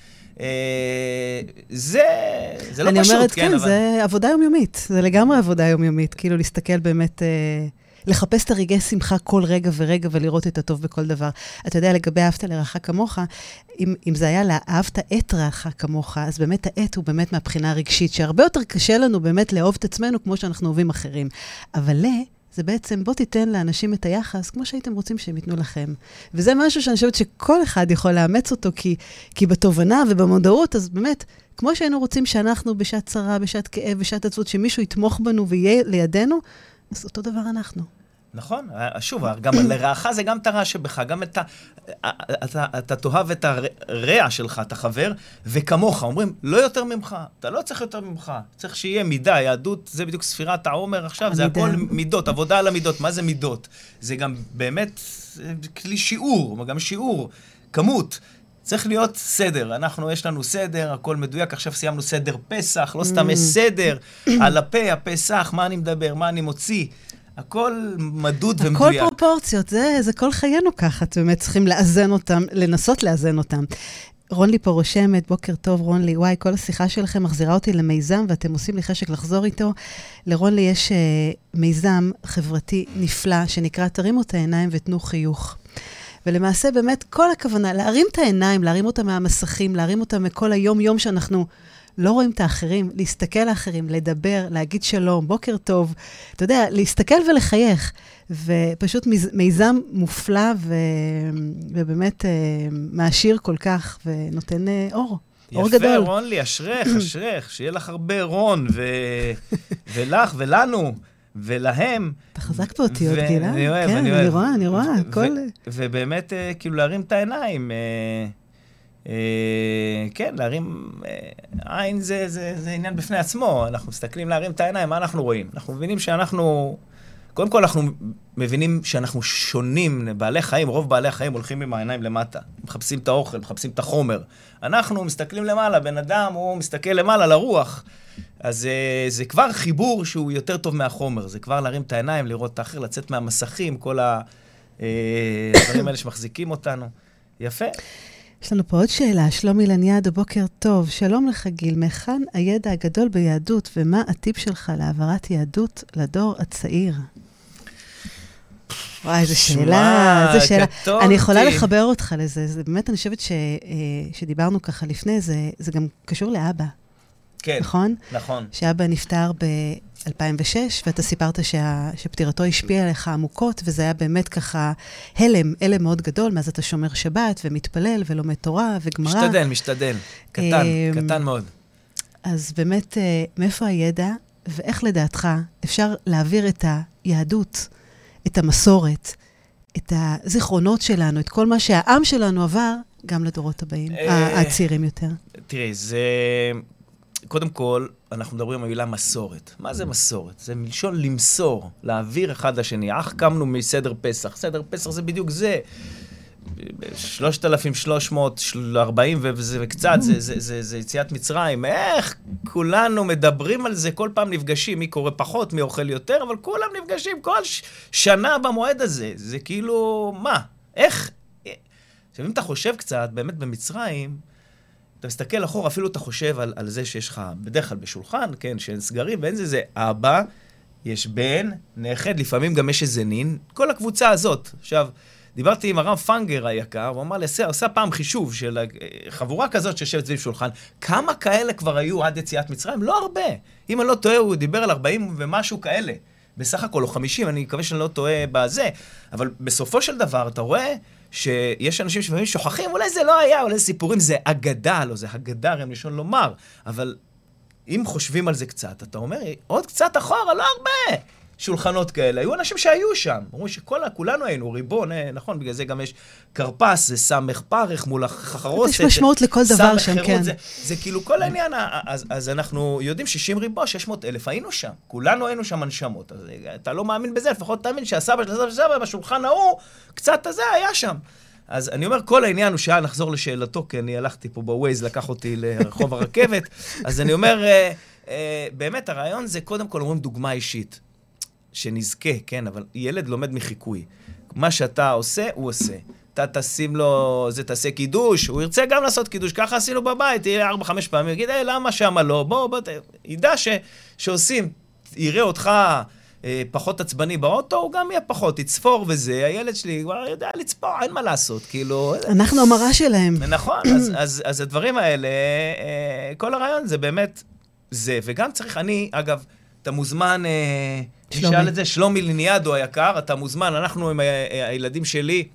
זה, זה לא פשוט, אני אומרת, כן, כן, אבל... זה עבודה יומיומית. זה לגמרי עבודה יומיומית. כאילו, להסתכל באמת, לחפש את הרגעי שמחה כל רגע ורגע, ולראות את הטוב בכל דבר. אתה יודע, לגבי אהבת לרעך כמוך, אם, אם זה היה לאהבת את רעך כמוך, אז באמת העת הוא באמת מהבחינה הרגשית, שהרבה יותר קשה לנו באמת לאהוב את עצמנו, כמו שאנחנו אוהבים אחרים. אבל לה, זה בעצם, בוא תיתן לאנשים את היחס, כמו שהייתם רוצים שהם ייתנו לכם. וזה משהו שאני חושבת שכל אחד יכול לאמץ אותו, כי, כי בתובנה ובמודעות, אז באמת, כמו שהיינו רוצים שאנחנו בשעת צרה, בשעת כאב, בשעת עצבות, שמישהו יתמוך בנו ויהיה לידינו, אז אותו דבר אנחנו. נכון, שוב, גם לרעך זה גם את הרע שבך, גם את ה... אתה, אתה תאהב את הרע שלך, את החבר, וכמוך, אומרים, לא יותר ממך, אתה לא צריך יותר ממך, צריך שיהיה מידה, יהדות, זה בדיוק ספירת העומר עכשיו, זה הכל מידות, עבודה על המידות, מה זה מידות? זה גם באמת כלי שיעור, גם שיעור, כמות, צריך להיות סדר, אנחנו, יש לנו סדר, הכל מדויק, עכשיו סיימנו סדר פסח, לא סתם יש סדר, על הפה, הפסח, מה אני מדבר, מה אני מוציא, הכל מדוד ומדויק. הכל פרופורציות, זה, זה כל חיינו ככה, אתם באמת צריכים לאזן אותם, לנסות לאזן אותם. רונלי פה רושמת, בוקר טוב רונלי, וואי, כל השיחה שלכם מחזירה אותי למיזם, ואתם עושים לי חשק לחזור איתו. לרונלי יש uh, מיזם חברתי נפלא, שנקרא תרימו את העיניים ותנו חיוך. ולמעשה באמת כל הכוונה, להרים את העיניים, להרים אותם מהמסכים, להרים אותם מכל היום-יום שאנחנו לא רואים את האחרים, להסתכל לאחרים, לדבר, להגיד שלום, בוקר טוב, אתה יודע, להסתכל ולחייך, ופשוט מיזם מופלא ו... ובאמת מעשיר כל כך, ונותן אור, אור גדול. יפה, רונלי, אשרך, אשרך, שיהיה לך הרבה רון, ו... ולך ולנו. ולהם... אתה חזק פה אותיות, גילה? אני אוהב, כן, אני אוהב. אני רואה, אני רואה, הכל... ובאמת, כאילו, להרים את העיניים. כן, להרים עין זה עניין בפני עצמו. אנחנו מסתכלים להרים את העיניים, מה אנחנו רואים? אנחנו מבינים שאנחנו... קודם כל, אנחנו מבינים שאנחנו שונים, בעלי חיים, רוב בעלי החיים הולכים עם העיניים למטה. מחפשים את האוכל, מחפשים את החומר. אנחנו מסתכלים למעלה, בן אדם הוא מסתכל למעלה לרוח. אז זה כבר חיבור שהוא יותר טוב מהחומר. זה כבר להרים את העיניים, לראות את האחר, לצאת מהמסכים, כל הדברים האלה שמחזיקים אותנו. יפה. יש לנו פה עוד שאלה, שלומי לניאדו, בוקר טוב. שלום לך גיל, מכאן הידע הגדול ביהדות, ומה הטיפ שלך להעברת יהדות לדור הצעיר? וואי, איזו שאלה, איזו שאלה. אני יכולה לחבר אותך לזה. זה באמת, אני חושבת ש, שדיברנו ככה לפני, זה, זה גם קשור לאבא. כן, נכון? נכון. שאבא נפטר ב-אלפיים ושש, ואתה סיפרת שה, שפטירתו השפיעה עליך עמוקות, וזה היה באמת ככה הלם, הלם מאוד גדול, מאז אתה שומר שבת ומתפלל ולומד תורה וגמרא. משתדל, משתדל. קטן, קטן מאוד. אז באמת, מאיפה הידע ואיך לדעתך אפשר להעביר את היהדות, את המסורת, את הזיכרונות שלנו, את כל מה שהעם שלנו עבר, גם לדורות הבאים, הצעירים יותר. תראי, זה... קודם כל, אנחנו מדברים על מילה מסורת. מה זה מסורת? זה מלשון למסור, להעביר אחד לשני. אך קמנו מסדר פסח. סדר פסח זה בדיוק זה. שלושת אלפים שלוש מאות וארבעים וזה וקצת, זה, זה, זה, זה יציאת מצרים. איך כולנו מדברים על זה, כל פעם נפגשים, מי קורא פחות, מי אוכל יותר, אבל כולם נפגשים כל ש... שנה במועד הזה. זה כאילו, מה? איך? עכשיו, אם אתה חושב קצת, באמת במצרים, אתה מסתכל אחורה, אפילו אתה חושב על, על זה שיש לך בדרך כלל בשולחן, כן, שאין סגרים, ואין זה, זה אבא, יש בן, נכד, לפעמים גם יש איזה נין, כל הקבוצה הזאת. עכשיו, דיברתי עם הרב פנגר היקר, הוא אמר לי, עשה פעם חישוב של חבורה כזאת שיושבת סביב שולחן, כמה כאלה כבר היו עד יציאת מצרים? לא הרבה. אם אני לא טועה, הוא דיבר על ארבעים ומשהו כאלה. בסך הכל, או חמישים, אני מקווה שאני לא טועה בזה. אבל בסופו של דבר, אתה רואה שיש אנשים שבאים שוכחים, אולי זה לא היה, אולי זה סיפורים, זה אגדה, לא, זה אגדה, הם לשון לומר. אבל אם חושבים על זה קצת, אתה אומר, עוד קצת אחורה, לא הרבה. שולחנות כאלה, היו אנשים שהיו שם, אומרים שכולנו היינו ריבון, נכון, בגלל זה גם יש קרפס, זה סמך פרח מול החרוסת. יש משמעות לכל דבר שם, כן. זה, זה כאילו כל העניין, אז, אז אנחנו יודעים שישים ריבו, שש מאות אלף, היינו שם, כולנו היינו שם הנשמות, אז אתה לא מאמין בזה, לפחות תאמין שהסבא של הסבא של הסבא בשולחן ההוא, קצת הזה היה שם. אז אני אומר, כל העניין הוא שהיה נחזור לשאלתו, כי אני הלכתי פה בווייז, לקח אותי לרחוב הרכבת, אז אני אומר, באמת הרעיון זה קודם כל אומרים דוגמה אישית. שנזכה, כן, אבל ילד לומד מחיקוי. מה שאתה עושה, הוא עושה. אתה תשים לו, זה תעשה קידוש, הוא ירצה גם לעשות קידוש, ככה עשינו בבית, יהיה ארבע, חמש פעמים, יגיד, אה, למה שמה לא? בוא, בוא, ידע ש, שעושים, יראה אותך אה, פחות עצבני באוטו, הוא גם יהיה פחות, יצפור וזה, הילד שלי כבר יודע לצפור, אין מה לעשות, כאילו... אנחנו המראה שלהם. נכון, אז, אז, אז הדברים האלה, אה, כל הרעיון זה באמת זה, וגם צריך, אני, אגב, אתה מוזמן... אה, נשאל את זה, שלומי ליניאדו היקר, אתה מוזמן, אנחנו עם הילדים שלי,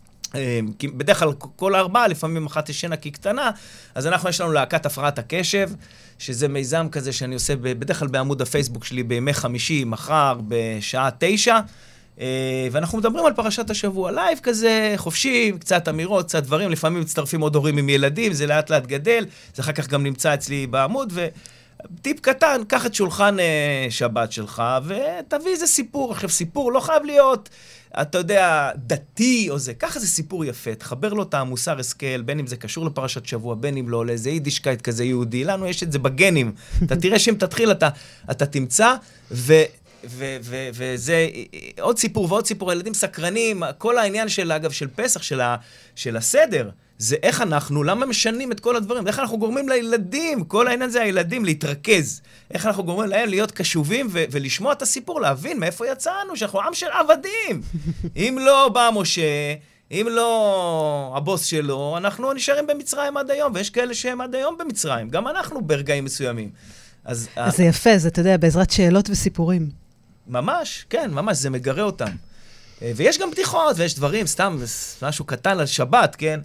בדרך כלל כל ארבעה, לפעמים אחת ישנה כי קטנה, אז אנחנו יש לנו להקת הפרעת הקשב, שזה מיזם כזה שאני עושה בדרך כלל בעמוד הפייסבוק שלי בימי חמישי, מחר בשעה תשע, ואנחנו מדברים על פרשת השבוע, לייב כזה, חופשי, קצת אמירות, קצת דברים, לפעמים מצטרפים עוד הורים עם ילדים, זה לאט לאט גדל, זה אחר כך גם נמצא אצלי בעמוד, ו... טיפ קטן, קח את שולחן אה, שבת שלך, ותביא איזה סיפור. עכשיו, סיפור לא חייב להיות, אתה יודע, דתי או זה. קח איזה סיפור יפה, תחבר לו את המוסר השכל, בין אם זה קשור לפרשת שבוע, בין אם לא, לאיזה יידישקייט כזה יהודי. לנו יש את זה בגנים. אתה תראה שאם תתחיל, אתה, אתה תמצא, ו... ו- ו- וזה עוד סיפור ועוד סיפור, הילדים סקרנים, כל העניין של, אגב, של פסח, של, ה- של הסדר, זה איך אנחנו, למה משנים את כל הדברים, איך אנחנו גורמים לילדים, כל העניין זה הילדים להתרכז, איך אנחנו גורמים להם להיות קשובים ו- ולשמוע את הסיפור, להבין מאיפה יצאנו, שאנחנו עם של עבדים. אם לא בא משה, אם לא הבוס שלו, אנחנו נשארים במצרים עד היום, ויש כאלה שהם עד היום במצרים, גם אנחנו ברגעים מסוימים. אז, אז זה יפה, זה, אתה יודע, בעזרת שאלות וסיפורים. ממש, כן, ממש, זה מגרה אותם. ויש גם בדיחות, ויש דברים, סתם משהו קטן על שבת, כן?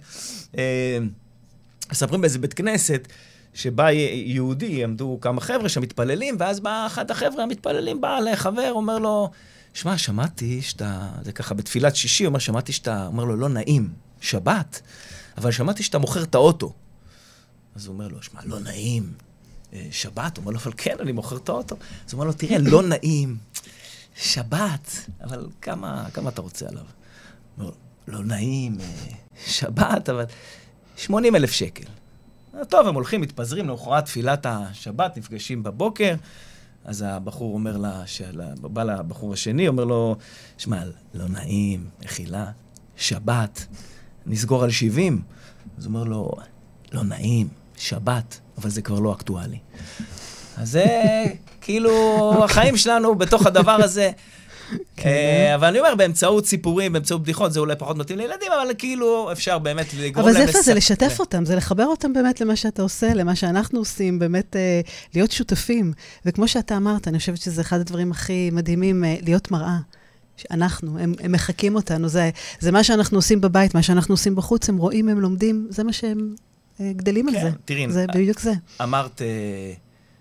מספרים באיזה בית כנסת, שבה יהודי, עמדו כמה חבר'ה שמתפללים, ואז בא אחד החבר'ה המתפללים, בא לחבר, אומר לו, שמע, שמעתי שאתה, זה ככה בתפילת שישי, אומר, שמעתי שאתה, אומר לו, לא נעים, שבת, אבל שמעתי שאתה מוכר את האוטו. אז הוא אומר לו, שמע, לא נעים, שבת, הוא אומר לו, אבל כן, אני מוכר את האוטו. אז הוא אומר לו, תראה, לא נעים, שבת, אבל כמה, כמה אתה רוצה עליו? הוא אומר, לא נעים, שבת, אבל שמונים אלף שקל. טוב, הם הולכים, מתפזרים, לאחרת תפילת השבת, נפגשים בבוקר, אז הבחור אומר לה, בא לבחור השני, אומר לו, שמע, לא נעים, מחילה, שבת, נסגור על שבעים. אז הוא אומר לו, לא נעים, שבת, אבל זה כבר לא אקטואלי. אז זה כאילו החיים שלנו בתוך הדבר הזה. אבל אני אומר, באמצעות סיפורים, באמצעות בדיחות, זה אולי פחות מתאים לילדים, אבל כאילו אפשר באמת לגרום להם... אבל זה איפה, זה לשתף אותם, זה לחבר אותם באמת למה שאתה עושה, למה שאנחנו עושים, באמת להיות שותפים. וכמו שאתה אמרת, אני חושבת שזה אחד הדברים הכי מדהימים, להיות מראה. אנחנו, הם, הם מחכים אותנו, זה, זה מה שאנחנו עושים בבית, מה שאנחנו עושים בחוץ, הם רואים, הם לומדים, זה מה שהם גדלים על זה. תראי, זה בדיוק זה. אמרת,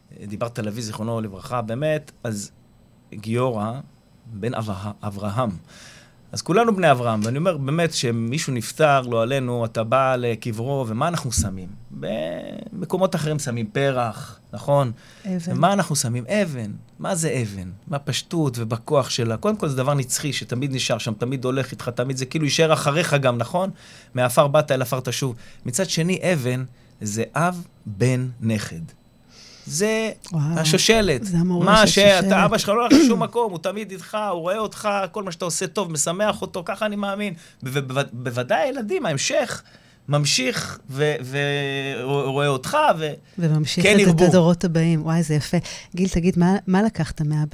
דיברת על אבי זיכרונו לברכה, באמת, אז גיורא, בן אברהם, אז כולנו בני אברהם, ואני אומר באמת שמישהו נפטר, לא עלינו, אתה בא לקברו, ומה אנחנו שמים? במקומות אחרים שמים פרח, נכון? אבן. ומה אנחנו שמים? אבן. מה זה אבן? מה פשטות ובכוח שלה? קודם כל זה דבר נצחי, שתמיד נשאר שם, תמיד הולך איתך, תמיד זה כאילו יישאר אחריך גם, נכון? מאפר באת אל עפר תשוב. מצד שני, אבן זה אב בן נכד. זה וואו, השושלת. זה המורה מה של שושלת. שאתה, אבא שלך לא הולך לשום מקום, הוא תמיד איתך, הוא רואה אותך, כל מה שאתה עושה טוב, משמח אותו, ככה אני מאמין. ובוודאי הילדים, ההמשך, ממשיך ורואה אותך, וכן ירבו. וממשיך את הדורות הבאים. וואי, זה יפה. גיל, תגיד, מה, מה לקחת מאבא?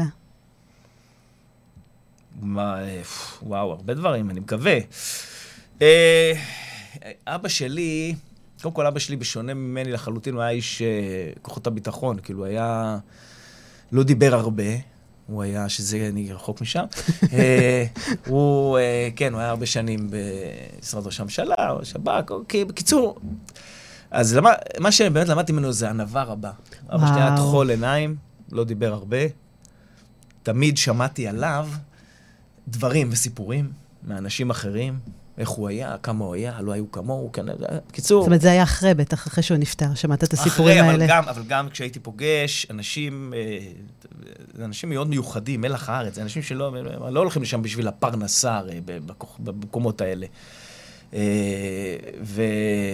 מה, וואו, הרבה דברים, אני מקווה. אה, אבא שלי... קודם כל, אבא שלי, בשונה ממני לחלוטין, הוא היה איש uh, כוחות הביטחון, כאילו, היה... לא דיבר הרבה, הוא היה, שזה, אני רחוק משם. uh, הוא, uh, כן, הוא היה הרבה שנים במשרד ראש הממשלה, או שב"כ, אוקיי, בקיצור. אז למה, מה שבאמת למדתי ממנו זה ענווה רבה. אבא שלי היה תחול עיניים, לא דיבר הרבה. תמיד שמעתי עליו דברים וסיפורים מאנשים אחרים. איך הוא היה, כמה הוא היה, לא היו כמוהו, כן, בקיצור. זאת אומרת, זה היה אחרי, בטח אחרי שהוא נפטר, שמעת את הסיפורים אחרי, האלה. אבל גם, אבל גם כשהייתי פוגש, אנשים, אנשים מאוד מיוחדים, מלח הארץ, זה אנשים שלא לא הולכים לשם בשביל הפרנסה, במקומות האלה. ו...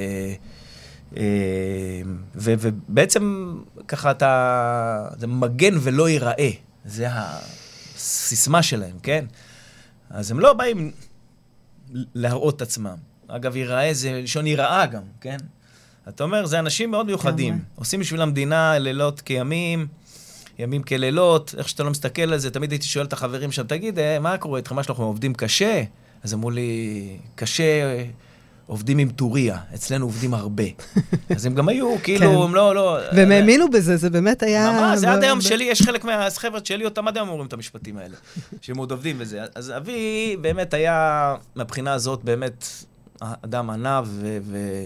ובעצם ככה אתה, זה מגן ולא ייראה, זה הסיסמה שלהם, כן? אז הם לא באים להראות את עצמם. אגב, ייראה זה לשון ייראה גם, כן? אתה אומר, זה אנשים מאוד מיוחדים. עושים בשביל המדינה לילות כימים, ימים כלילות, איך שאתה לא מסתכל על זה, תמיד הייתי שואל את החברים שם, תגיד, מה קורה איתך, מה שלכם, עובדים קשה? אז אמרו לי, קשה, עובדים עם טוריה, אצלנו עובדים הרבה. אז הם גם היו, כאילו, הם לא, לא... והם האמינו בזה, זה באמת היה... ממש, זה עד היום שלי, יש חלק מהחברת שלי, אותם עד היום אומרים את המשפטים האלה, שהם עוד עובדים וזה. אז אבי באמת היה, מהבחינה הזאת, באמת, אדם ענב, ו...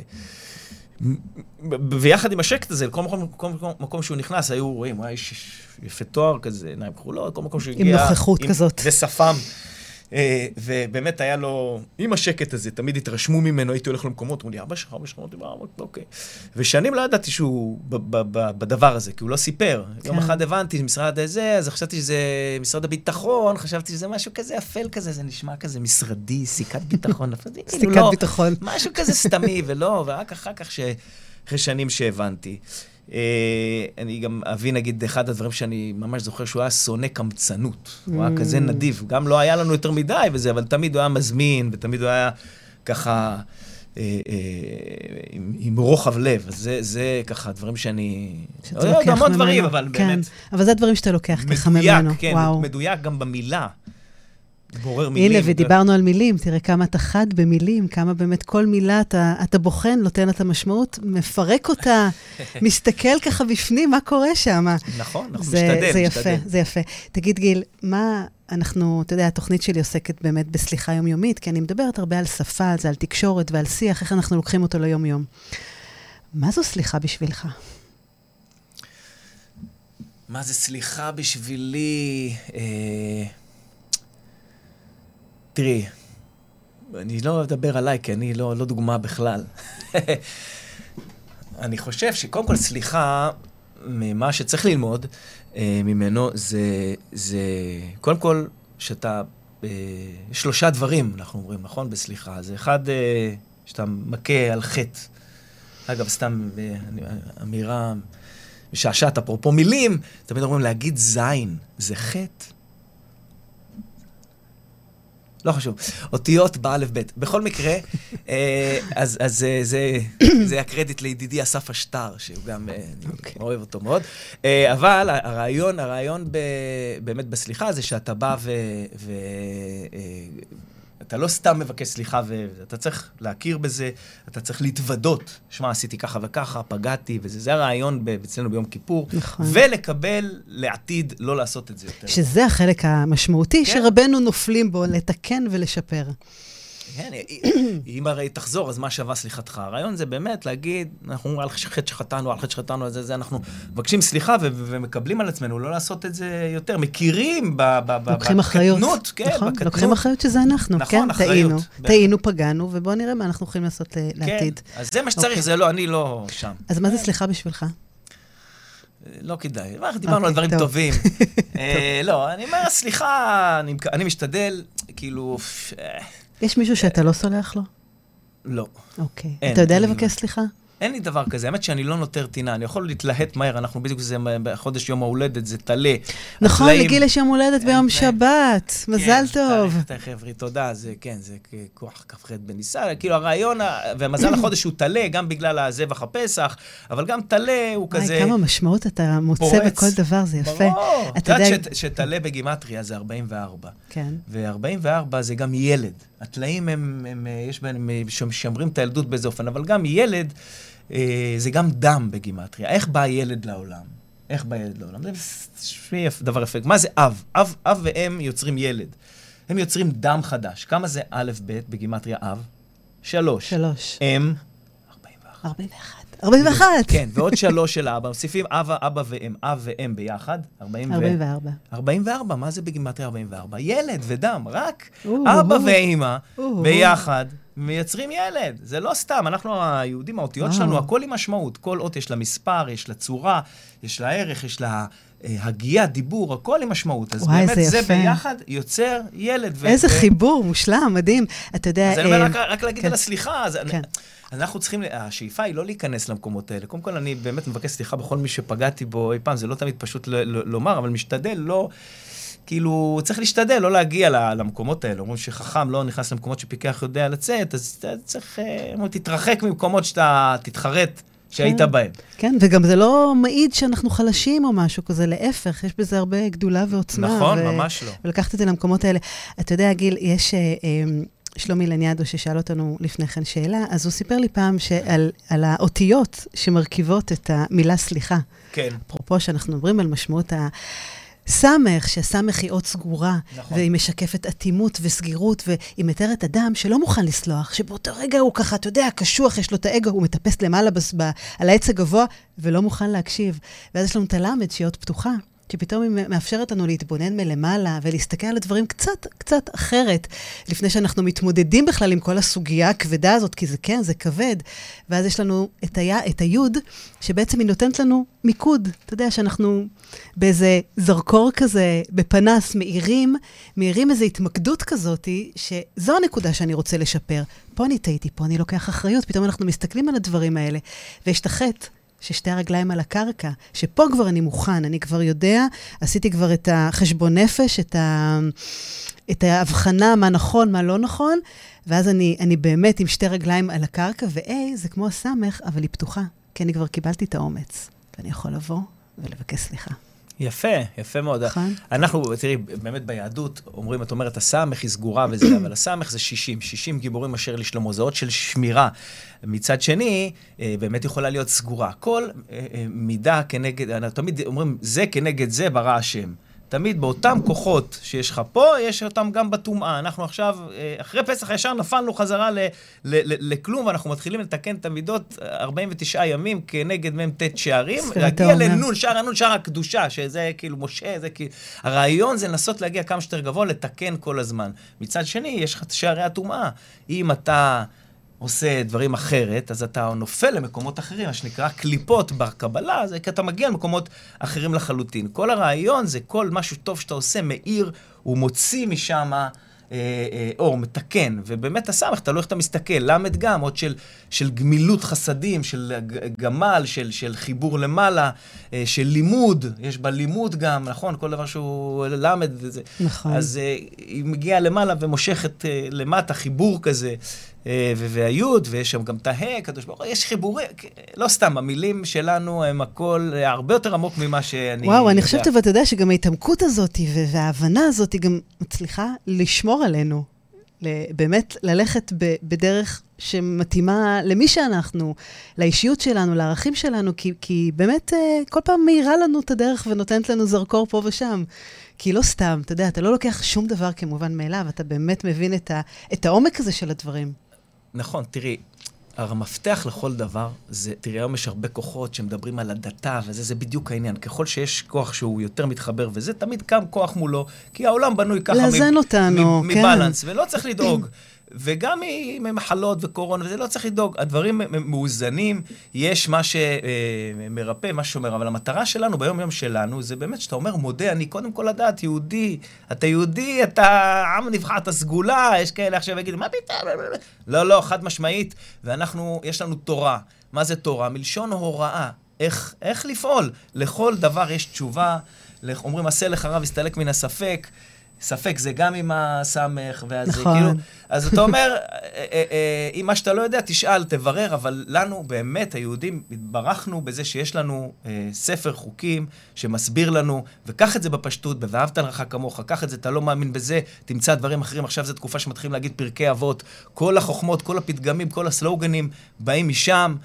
ויחד עם השקט הזה, כל מקום שהוא נכנס, היו רואים, הוא היה איש יפה תואר כזה, עיניים כחולות, כל מקום שהוא הגיע... עם נוכחות כזאת. ושפם. ובאמת היה לו, עם השקט הזה, תמיד התרשמו ממנו, הייתי הולך למקומות, אמרו לי, אבא שלך, אבא שלך, אמרתי, אוקיי. ושנים לא ידעתי שהוא בדבר הזה, כי הוא לא סיפר. יום אחד הבנתי, משרד הזה, אז חשבתי שזה משרד הביטחון, חשבתי שזה משהו כזה אפל כזה, זה נשמע כזה משרדי, סיכת ביטחון. סיכת ביטחון. משהו כזה סתמי, ולא, ורק אחר כך, אחרי שנים שהבנתי. אני גם אביא, נגיד, אחד הדברים שאני ממש זוכר שהוא היה שונא קמצנות. הוא היה כזה נדיב. גם לא היה לנו יותר מדי וזה, אבל תמיד הוא היה מזמין, ותמיד הוא היה ככה עם רוחב לב. אז זה ככה דברים שאני... עוד המון דברים, אבל באמת... אבל זה הדברים שאתה לוקח ככה ממנו. מדויק, כן, מדויק גם במילה. הנה, ודיברנו על מילים, תראה כמה אתה חד במילים, כמה באמת כל מילה אתה, אתה בוחן, נותן את המשמעות, מפרק אותה, מסתכל ככה בפנים, מה קורה שם? נכון, אנחנו זה, משתדל, זה משתדל. יפה, זה יפה. תגיד גיל, מה אנחנו, אתה יודע, התוכנית שלי עוסקת באמת בסליחה יומיומית, כי אני מדברת הרבה על שפה, על זה, על תקשורת ועל שיח, איך אנחנו לוקחים אותו ליום-יום. מה זו סליחה בשבילך? מה זה סליחה בשבילי? אה... תראי, אני לא אדבר עליי, כי אני לא, לא דוגמה בכלל. אני חושב שקודם כל סליחה, ממה שצריך ללמוד אה, ממנו, זה, זה קודם כל שאתה, אה, שלושה דברים, אנחנו אומרים, נכון? בסליחה. זה אחד, אה, שאתה מכה על חטא. אגב, סתם אה, אמירה משעשעת, אפרופו מילים, תמיד אומרים להגיד זין, זה חטא. לא חשוב. אותיות באלף בית. בכל מקרה, אז, אז זה, זה הקרדיט לידידי אסף אשטר, שהוא גם, אני אוהב אותו מאוד. אבל הרעיון, הרעיון באמת בסליחה זה שאתה בא ו... ו אתה לא סתם מבקש סליחה, ואתה צריך להכיר בזה, אתה צריך להתוודות, שמה, עשיתי ככה וככה, פגעתי, וזה זה הרעיון אצלנו ביום כיפור, נכון. ולקבל לעתיד לא לעשות את זה יותר. שזה החלק המשמעותי, כן? שרבנו נופלים בו, לתקן ולשפר. כן, אם הרי תחזור, אז מה שווה סליחתך? הרעיון זה באמת להגיד, אנחנו אומרים על חטא שחטאנו, על חטא שחטאנו, זה, זה אנחנו מבקשים סליחה ו- ומקבלים על עצמנו, לא לעשות את זה יותר. מכירים בקטנות, כן, נכון, לוקחים אחריות שזה אנחנו, כן, טעינו, טעינו, פגענו, ובואו נראה מה אנחנו יכולים לעשות לעתיד. כן, אז זה מה שצריך, זה לא, אני לא שם. אז מה זה סליחה בשבילך? לא כדאי. דיברנו על דברים טובים. לא, אני אומר, סליחה, אני משתדל, כאילו... יש מישהו שאתה לא סולח לו? לא. אוקיי. אתה יודע לבקש סליחה? אין לי דבר כזה. האמת שאני לא נותר טינה. אני יכול להתלהט מהר. אנחנו בדיוק זה בחודש יום ההולדת, זה תלה. נכון, לגיל יש יום הולדת ביום שבת. מזל טוב. כן, חבר'י, תודה. זה, כן, זה כוח כ"ח בניסן. כאילו הרעיון, ומזל החודש הוא תלה, גם בגלל הזבח הפסח, אבל גם תלה הוא כזה... וואי, כמה משמעות אתה מוצא בכל דבר, זה יפה. ברור. אתה יודעת שתלה בגימטריה זה ארבעים וארבע. כן. ו-ארבעים וארבע זה גם ילד. התלאים הם, הם, יש בהם, שומרים את הילדות באיזה אופן, אבל גם ילד, אה, זה גם דם בגימטריה. איך בא ילד לעולם? איך בא ילד לעולם? זה דבר יפה. מה זה אב? אב, אב ואם יוצרים ילד. הם יוצרים דם חדש. כמה זה א' ב' בגימטריה אב? שלוש. שלוש. אם? ארבעים ואחת. ארבעים ואחת. ארבעים ואחת. כן, ועוד שלוש של אבא. מוסיפים אבא, אבא ואם. אב ואם ביחד. ארבעים וארבע. ארבעים וארבע. מה זה בגימטריה ארבעים וארבע? ילד ודם. רק אבא ואמא ביחד מייצרים ילד. זה לא סתם. אנחנו היהודים, האותיות שלנו, הכל עם משמעות. כל אות יש לה מספר, יש לה צורה, יש לה ערך, יש לה הגיעה, דיבור, הכל עם משמעות. אז באמת זה ביחד יוצר ילד. איזה חיבור, מושלם, מדהים. אתה יודע... אז אני אומר רק להגיד על הסליחה. אנחנו צריכים, השאיפה היא לא להיכנס למקומות האלה. קודם כל, אני באמת מבקש סליחה בכל מי שפגעתי בו אי פעם, זה לא תמיד פשוט לומר, אבל משתדל, לא, כאילו, צריך להשתדל, לא להגיע למקומות האלה. אומרים שחכם לא נכנס למקומות שפיקח יודע לצאת, אז צריך, תתרחק ממקומות שאתה תתחרט שהיית בהם. כן, וגם זה לא מעיד שאנחנו חלשים או משהו כזה, להפך, יש בזה הרבה גדולה ועוצמה. נכון, ממש לא. ולקחת את זה למקומות האלה. אתה יודע, גיל, יש... שלומי לניאדו ששאל אותנו לפני כן שאלה, אז הוא סיפר לי פעם שעל, על האותיות שמרכיבות את המילה סליחה. כן. אפרופו שאנחנו מדברים על משמעות הסמך, שהסמך היא אות סגורה, נכון. והיא משקפת אטימות וסגירות, והיא מתארת אדם שלא מוכן לסלוח, שבאותו רגע הוא ככה, אתה יודע, קשוח, יש לו את האגו, הוא מטפס למעלה בס, ב, על העץ הגבוה, ולא מוכן להקשיב. ואז יש לנו את הלמד שהיא אות פתוחה. שפתאום היא מאפשרת לנו להתבונן מלמעלה ולהסתכל על הדברים קצת, קצת אחרת, לפני שאנחנו מתמודדים בכלל עם כל הסוגיה הכבדה הזאת, כי זה כן, זה כבד. ואז יש לנו את, ה, את היוד, שבעצם היא נותנת לנו מיקוד. אתה יודע שאנחנו באיזה זרקור כזה, בפנס, מאירים, מאירים איזו התמקדות כזאת, שזו הנקודה שאני רוצה לשפר. פה אני טעיתי, פה אני לוקח אחריות, פתאום אנחנו מסתכלים על הדברים האלה, ויש את החטא. ששתי הרגליים על הקרקע, שפה כבר אני מוכן, אני כבר יודע, עשיתי כבר את החשבון נפש, את, ה, את ההבחנה, מה נכון, מה לא נכון, ואז אני, אני באמת עם שתי רגליים על הקרקע, ו-A זה כמו הסמך, אבל היא פתוחה, כי אני כבר קיבלתי את האומץ, ואני יכול לבוא ולבקש סליחה. יפה, יפה מאוד. אנחנו, תראי, באמת ביהדות, אומרים, את אומרת, הסמך היא סגורה וזה, אבל הסמך זה שישים, שישים גיבורים אשר לשלמה, זה אות של שמירה. מצד שני, באמת יכולה להיות סגורה. כל מידה כנגד, תמיד אומרים, זה כנגד זה ברא השם. תמיד באותם כוחות שיש לך פה, יש אותם גם בטומאה. אנחנו עכשיו, אחרי פסח ישר נפלנו חזרה ל, ל, ל, לכלום, ואנחנו מתחילים לתקן את המידות ארבעים ותשעה ימים כנגד מהם תת שערים, להגיע לנון, שער הנון, שער הקדושה, שזה כאילו משה, זה כאילו... הרעיון זה לנסות להגיע כמה שיותר גבוה, לתקן כל הזמן. מצד שני, יש לך את שערי הטומאה. אם אתה... עושה דברים אחרת, אז אתה נופל למקומות אחרים, מה שנקרא קליפות בקבלה, זה כי אתה מגיע למקומות אחרים לחלוטין. כל הרעיון זה כל משהו טוב שאתה עושה, מאיר, הוא מוציא משם אה, אה, אור, מתקן, ובאמת הסמך, אתה לא איך אתה מסתכל, למד גם, עוד של, של גמילות חסדים, של גמל, של, של חיבור למעלה, אה, של לימוד, יש בה לימוד גם, נכון? כל דבר שהוא למד, זה, נכון. אז אה, היא מגיעה למעלה ומושכת אה, למטה, חיבור כזה, והיוד, ויש שם גם תהה, קדוש ברוך הוא, יש חיבורים, לא סתם, המילים שלנו הם הכל הרבה יותר עמוק ממה שאני... וואו, אני חושבת, אבל אתה יודע שגם ההתעמקות הזאת וההבנה הזאת היא גם מצליחה לשמור עלינו. באמת ללכת בדרך שמתאימה למי שאנחנו, לאישיות שלנו, לערכים שלנו, כי, כי באמת כל פעם מהירה לנו את הדרך ונותנת לנו זרקור פה ושם. כי לא סתם, אתה יודע, אתה לא לוקח שום דבר כמובן מאליו, אתה באמת מבין את, ה, את העומק הזה של הדברים. נכון, תראי, המפתח לכל דבר, זה, תראי, היום יש הרבה כוחות שמדברים על הדתה, וזה זה בדיוק העניין. ככל שיש כוח שהוא יותר מתחבר, וזה תמיד קם כוח מולו, כי העולם בנוי ככה לאזן אותנו, כן. מבלנס, ולא צריך לדאוג. וגם ממחלות וקורונה, וזה לא צריך לדאוג. הדברים מאוזנים, יש מה שמרפא, מה שאומר, אבל המטרה שלנו, ביום יום שלנו, זה באמת שאתה אומר, מודה, אני קודם כל לדעת, יהודי, אתה יהודי, אתה עם נבחר, אתה סגולה, יש כאלה עכשיו יגידו, מה פתאום? לא, לא, חד משמעית, ואנחנו, יש לנו תורה. מה זה תורה? מלשון הוראה. איך, איך לפעול? לכל דבר יש תשובה, אומרים, עשה לך רב, הסתלק מן הספק, ספק זה גם עם הסמך, ואז נכון. זה כאילו, אז אתה אומר, אם מה שאתה לא יודע, תשאל, תברר, אבל לנו באמת, היהודים, התברכנו בזה שיש לנו ספר חוקים שמסביר לנו, וקח את זה בפשטות, ואהבת לך כמוך, קח את זה, אתה לא מאמין בזה, תמצא דברים אחרים, עכשיו זו תקופה שמתחילים להגיד פרקי אבות, כל החוכמות, כל הפתגמים, כל הסלוגנים, באים משם,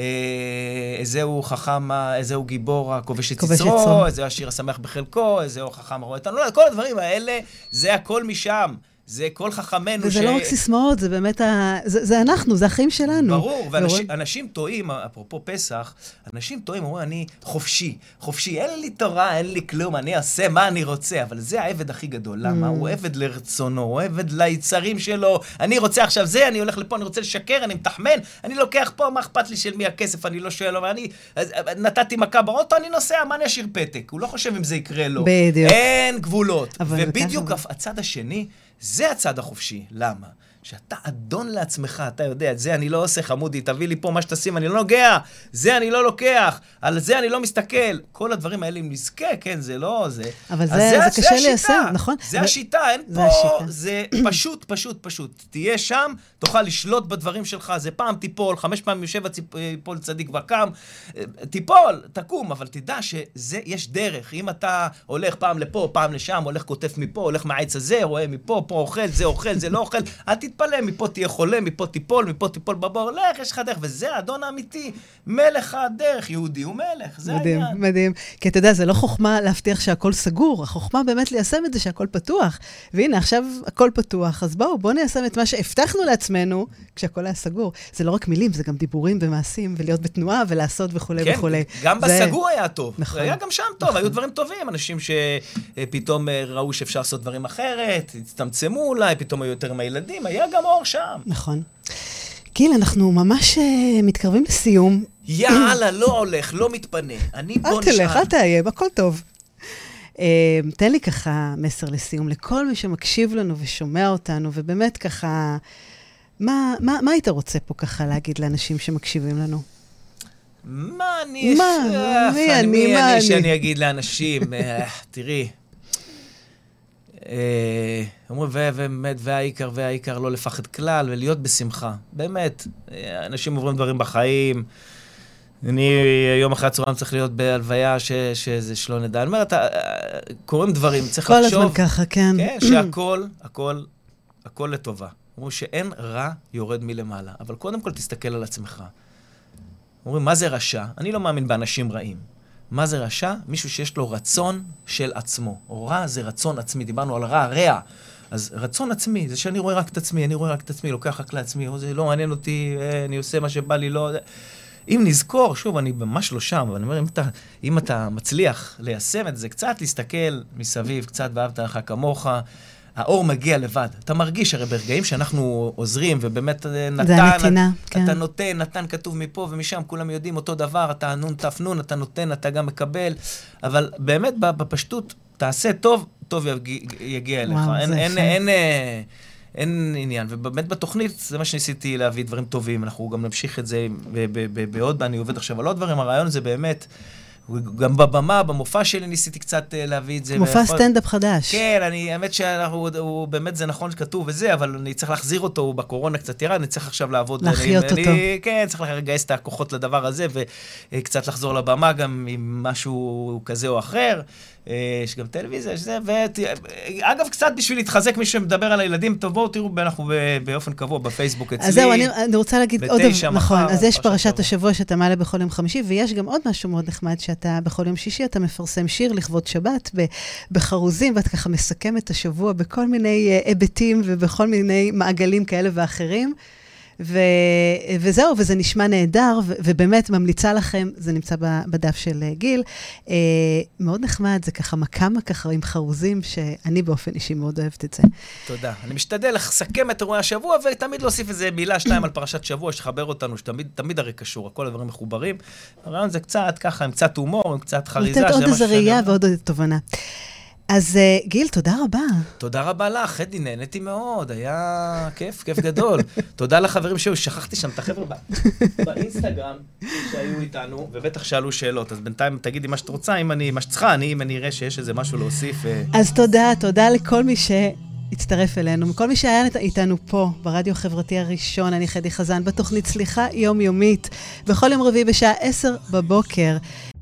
איזהו חכם, איזהו גיבור, הכובש את יצרו, איזהו השיר השמח בחלקו, איזהו חכם הרואה אותנו, כל הדברים האלה, זה הכל משם. זה כל חכמנו וזה ש... לא רק סיסמאות, זה באמת, ה... זה, זה אנחנו, זה החיים שלנו. ברור, ואנשים אנשים טועים, אפרופו פסח, אנשים טועים, אומרים, אני חופשי, חופשי, אין לי תורה, אין לי כלום, אני אעשה מה אני רוצה, אבל זה העבד הכי גדול, למה? הוא עבד לרצונו, הוא עבד ליצרים שלו, אני רוצה עכשיו זה, אני הולך לפה, אני רוצה לשקר, אני מתחמן, אני לוקח פה, מה אכפת לי של מי הכסף, אני לא שואל, אבל אני נתתי מכה באוטו, אני נוסע, מה אני אשאיר פתק? הוא לא חושב אם זה יקרה לו. בדיוק. אין גבולות. ובדיוק הצד השני, זה הצד החופשי. למה? שאתה אדון לעצמך, אתה יודע, את זה אני לא עושה, חמודי, תביא לי פה מה שתשים, אני לא נוגע, זה אני לא לוקח, על זה אני לא מסתכל. כל הדברים האלה אם נזכה, כן, זה לא זה. אבל זה, זה, זה קשה ליישם, נכון? זה ו... השיטה, אין זה פה, השיטה. זה פשוט, פשוט, פשוט. תהיה שם, תוכל לשלוט בדברים שלך, זה פעם תיפול, חמש פעמים יושב ציפול צדיק וקם, תיפול, תקום, אבל תדע שזה, יש דרך. אם אתה הולך פעם לפה, פעם לשם, הולך כותף מפה, הולך מהעץ הזה, רואה מפה, פה אוכל, זה אוכל, זה לא אוכל, אל תתפלא, מפה תהיה חולה, מפה תיפול, מפה תיפול בבור, לך, יש לך דרך, וזה האדון האמיתי, מלך הדרך, יהודי הוא מלך, זה מדהים, העניין. מדהים, כי אתה יודע, זה לא חוכמה להבטיח שהכל סגור, החוכמה באמת ליישם את זה שהכל פתוח, והנה, עכשיו הכל פתוח, אז בואו, בואו ניישם את מה שהבטחנו לעצמנו, כשהכל היה סגור. זה לא רק מילים, זה גם דיבורים ומעשים, ולהיות בתנועה, ולעשות וכו' כן, וכו'. גם זה... בסגור היה טוב, נכון. היה גם שם טוב, נכון. היו דברים טובים, אנשים שפתאום ראו שאפשר לעשות דברים אחרת, הצטמצמו אולי, פתאום היו יותר עם הילדים, היה גם אור שם. נכון. גיל, אנחנו ממש uh, מתקרבים לסיום. יאללה, לא הולך, לא מתפנה. אני בוא נשאל. אל תלך, אל תאיים, הכל טוב. Uh, תן לי ככה מסר לסיום, לכל מי שמקשיב לנו ושומע אותנו, ובאמת ככה, מה, מה, מה היית רוצה פה ככה להגיד לאנשים שמקשיבים לנו? מה אני... מה? מי אני? מי מה אני אני? שאני אגיד לאנשים? תראי. אומרים, ובאמת, והעיקר, והעיקר לא לפחד כלל, ולהיות בשמחה. באמת, אנשים עוברים דברים בחיים. אני יום אחרי הצהריים צריך להיות בהלוויה שזה שלא נדע. אני אומרת, קוראים דברים, צריך לחשוב. כל הזמן ככה, כן. כן, שהכל, הכל, הכל לטובה. אומרים שאין רע יורד מלמעלה, אבל קודם כל תסתכל על עצמך. אומרים, מה זה רשע? אני לא מאמין באנשים רעים. מה זה רשע? מישהו שיש לו רצון של עצמו. או רע זה רצון עצמי. דיברנו על רע, רע. אז רצון עצמי, זה שאני רואה רק את עצמי, אני רואה רק את עצמי, לוקח רק לעצמי, או זה לא מעניין אותי, אני עושה מה שבא לי, לא... אם נזכור, שוב, אני ממש לא שם, אבל אני אומר, אם אתה, אם אתה מצליח ליישם את זה, קצת להסתכל מסביב, קצת ואהבת לך כמוך, האור מגיע לבד. אתה מרגיש, הרי ברגעים שאנחנו עוזרים, ובאמת נתן, זה הנתינה, אתה, כן. אתה נותן, נתן כתוב מפה ומשם, כולם יודעים אותו דבר, אתה נון תף נון, אתה נותן, אתה גם מקבל, אבל באמת בפשטות, תעשה טוב, טוב יגיע, יגיע אליך. וואו, אין, זה אין, יפה. אין, אין, אין עניין, ובאמת בתוכנית, זה מה שניסיתי להביא, דברים טובים, אנחנו גם נמשיך את זה בעוד, אני עובד עכשיו על עוד דברים, הרעיון זה באמת, גם בבמה, במופע שלי ניסיתי קצת להביא את זה. מופע סטנדאפ חדש. כן, אני, האמת שהוא, באמת זה נכון שכתוב וזה, אבל אני צריך להחזיר אותו, הוא בקורונה קצת ירד, אני צריך עכשיו לעבוד. להחיות אותו. אני, כן, צריך לגייס את הכוחות לדבר הזה, וקצת לחזור לבמה גם עם משהו כזה או אחר. יש גם טלוויזיה, שזה, ואגב, קצת בשביל להתחזק מי שמדבר על הילדים, טוב, בואו תראו, אנחנו באופן קבוע בפייסבוק אצלי. אז זהו, אני, אני רוצה להגיד עוד דבר, נכון, אז יש פרשת השבוע שאתה מעלה בכל יום חמישי, ויש גם עוד משהו מאוד נחמד, שאתה בכל יום שישי, אתה מפרסם שיר לכבוד שבת, בחרוזים, ואתה ככה מסכם את השבוע בכל מיני היבטים, ובכל מיני מעגלים כאלה ואחרים. ו... וזהו, וזה נשמע נהדר, ו... ובאמת ממליצה לכם, זה נמצא בדף של גיל, אה, מאוד נחמד, זה ככה מקמה ככה עם חרוזים, שאני באופן אישי מאוד אוהבת את זה. תודה. אני משתדל לסכם את אירועי השבוע, ותמיד להוסיף איזה מילה, שתיים על פרשת שבוע, שתחבר אותנו, שתמיד תמיד הרי קשור, כל הדברים מחוברים. הרעיון זה קצת ככה, עם קצת הומור, עם קצת חריזה. לתת עוד איזה ראייה ועוד עוד תובנה. אז גיל, תודה רבה. תודה רבה לך, חדי, נהניתי מאוד, היה כיף, כיף גדול. תודה לחברים שהיו, שכחתי שם את החבר'ה באינסטגרם שהיו איתנו, ובטח שאלו שאלות, אז בינתיים תגידי מה שאת רוצה, אם אני, מה שצריכה, אני, אם אני אראה שיש איזה משהו להוסיף. אז תודה, תודה לכל מי שהצטרף אלינו, מכל מי שהיה איתנו פה, ברדיו החברתי הראשון, אני חדי חזן, בתוכנית סליחה יומיומית, בכל יום רביעי בשעה עשר בבוקר.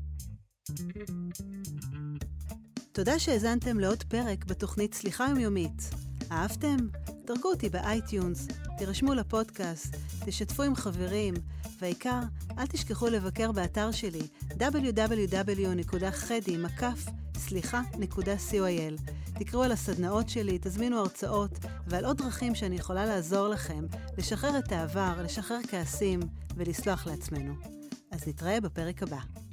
תודה שהזנתם לעוד פרק בתוכנית סליחה יומיומית. אהבתם? דרגו אותי באייטיונס, תירשמו לפודקאסט, תשתפו עם חברים, והעיקר, אל תשכחו לבקר באתר שלי דאבליו דאבליו דאבליו נקודה חדי מקף סליחה נקודה סי או איי אל. תקראו על הסדנאות שלי, תזמינו הרצאות, ועל עוד דרכים שאני יכולה לעזור לכם, לשחרר את העבר, לשחרר כעסים ולסלוח לעצמנו. אז נתראה בפרק הבא.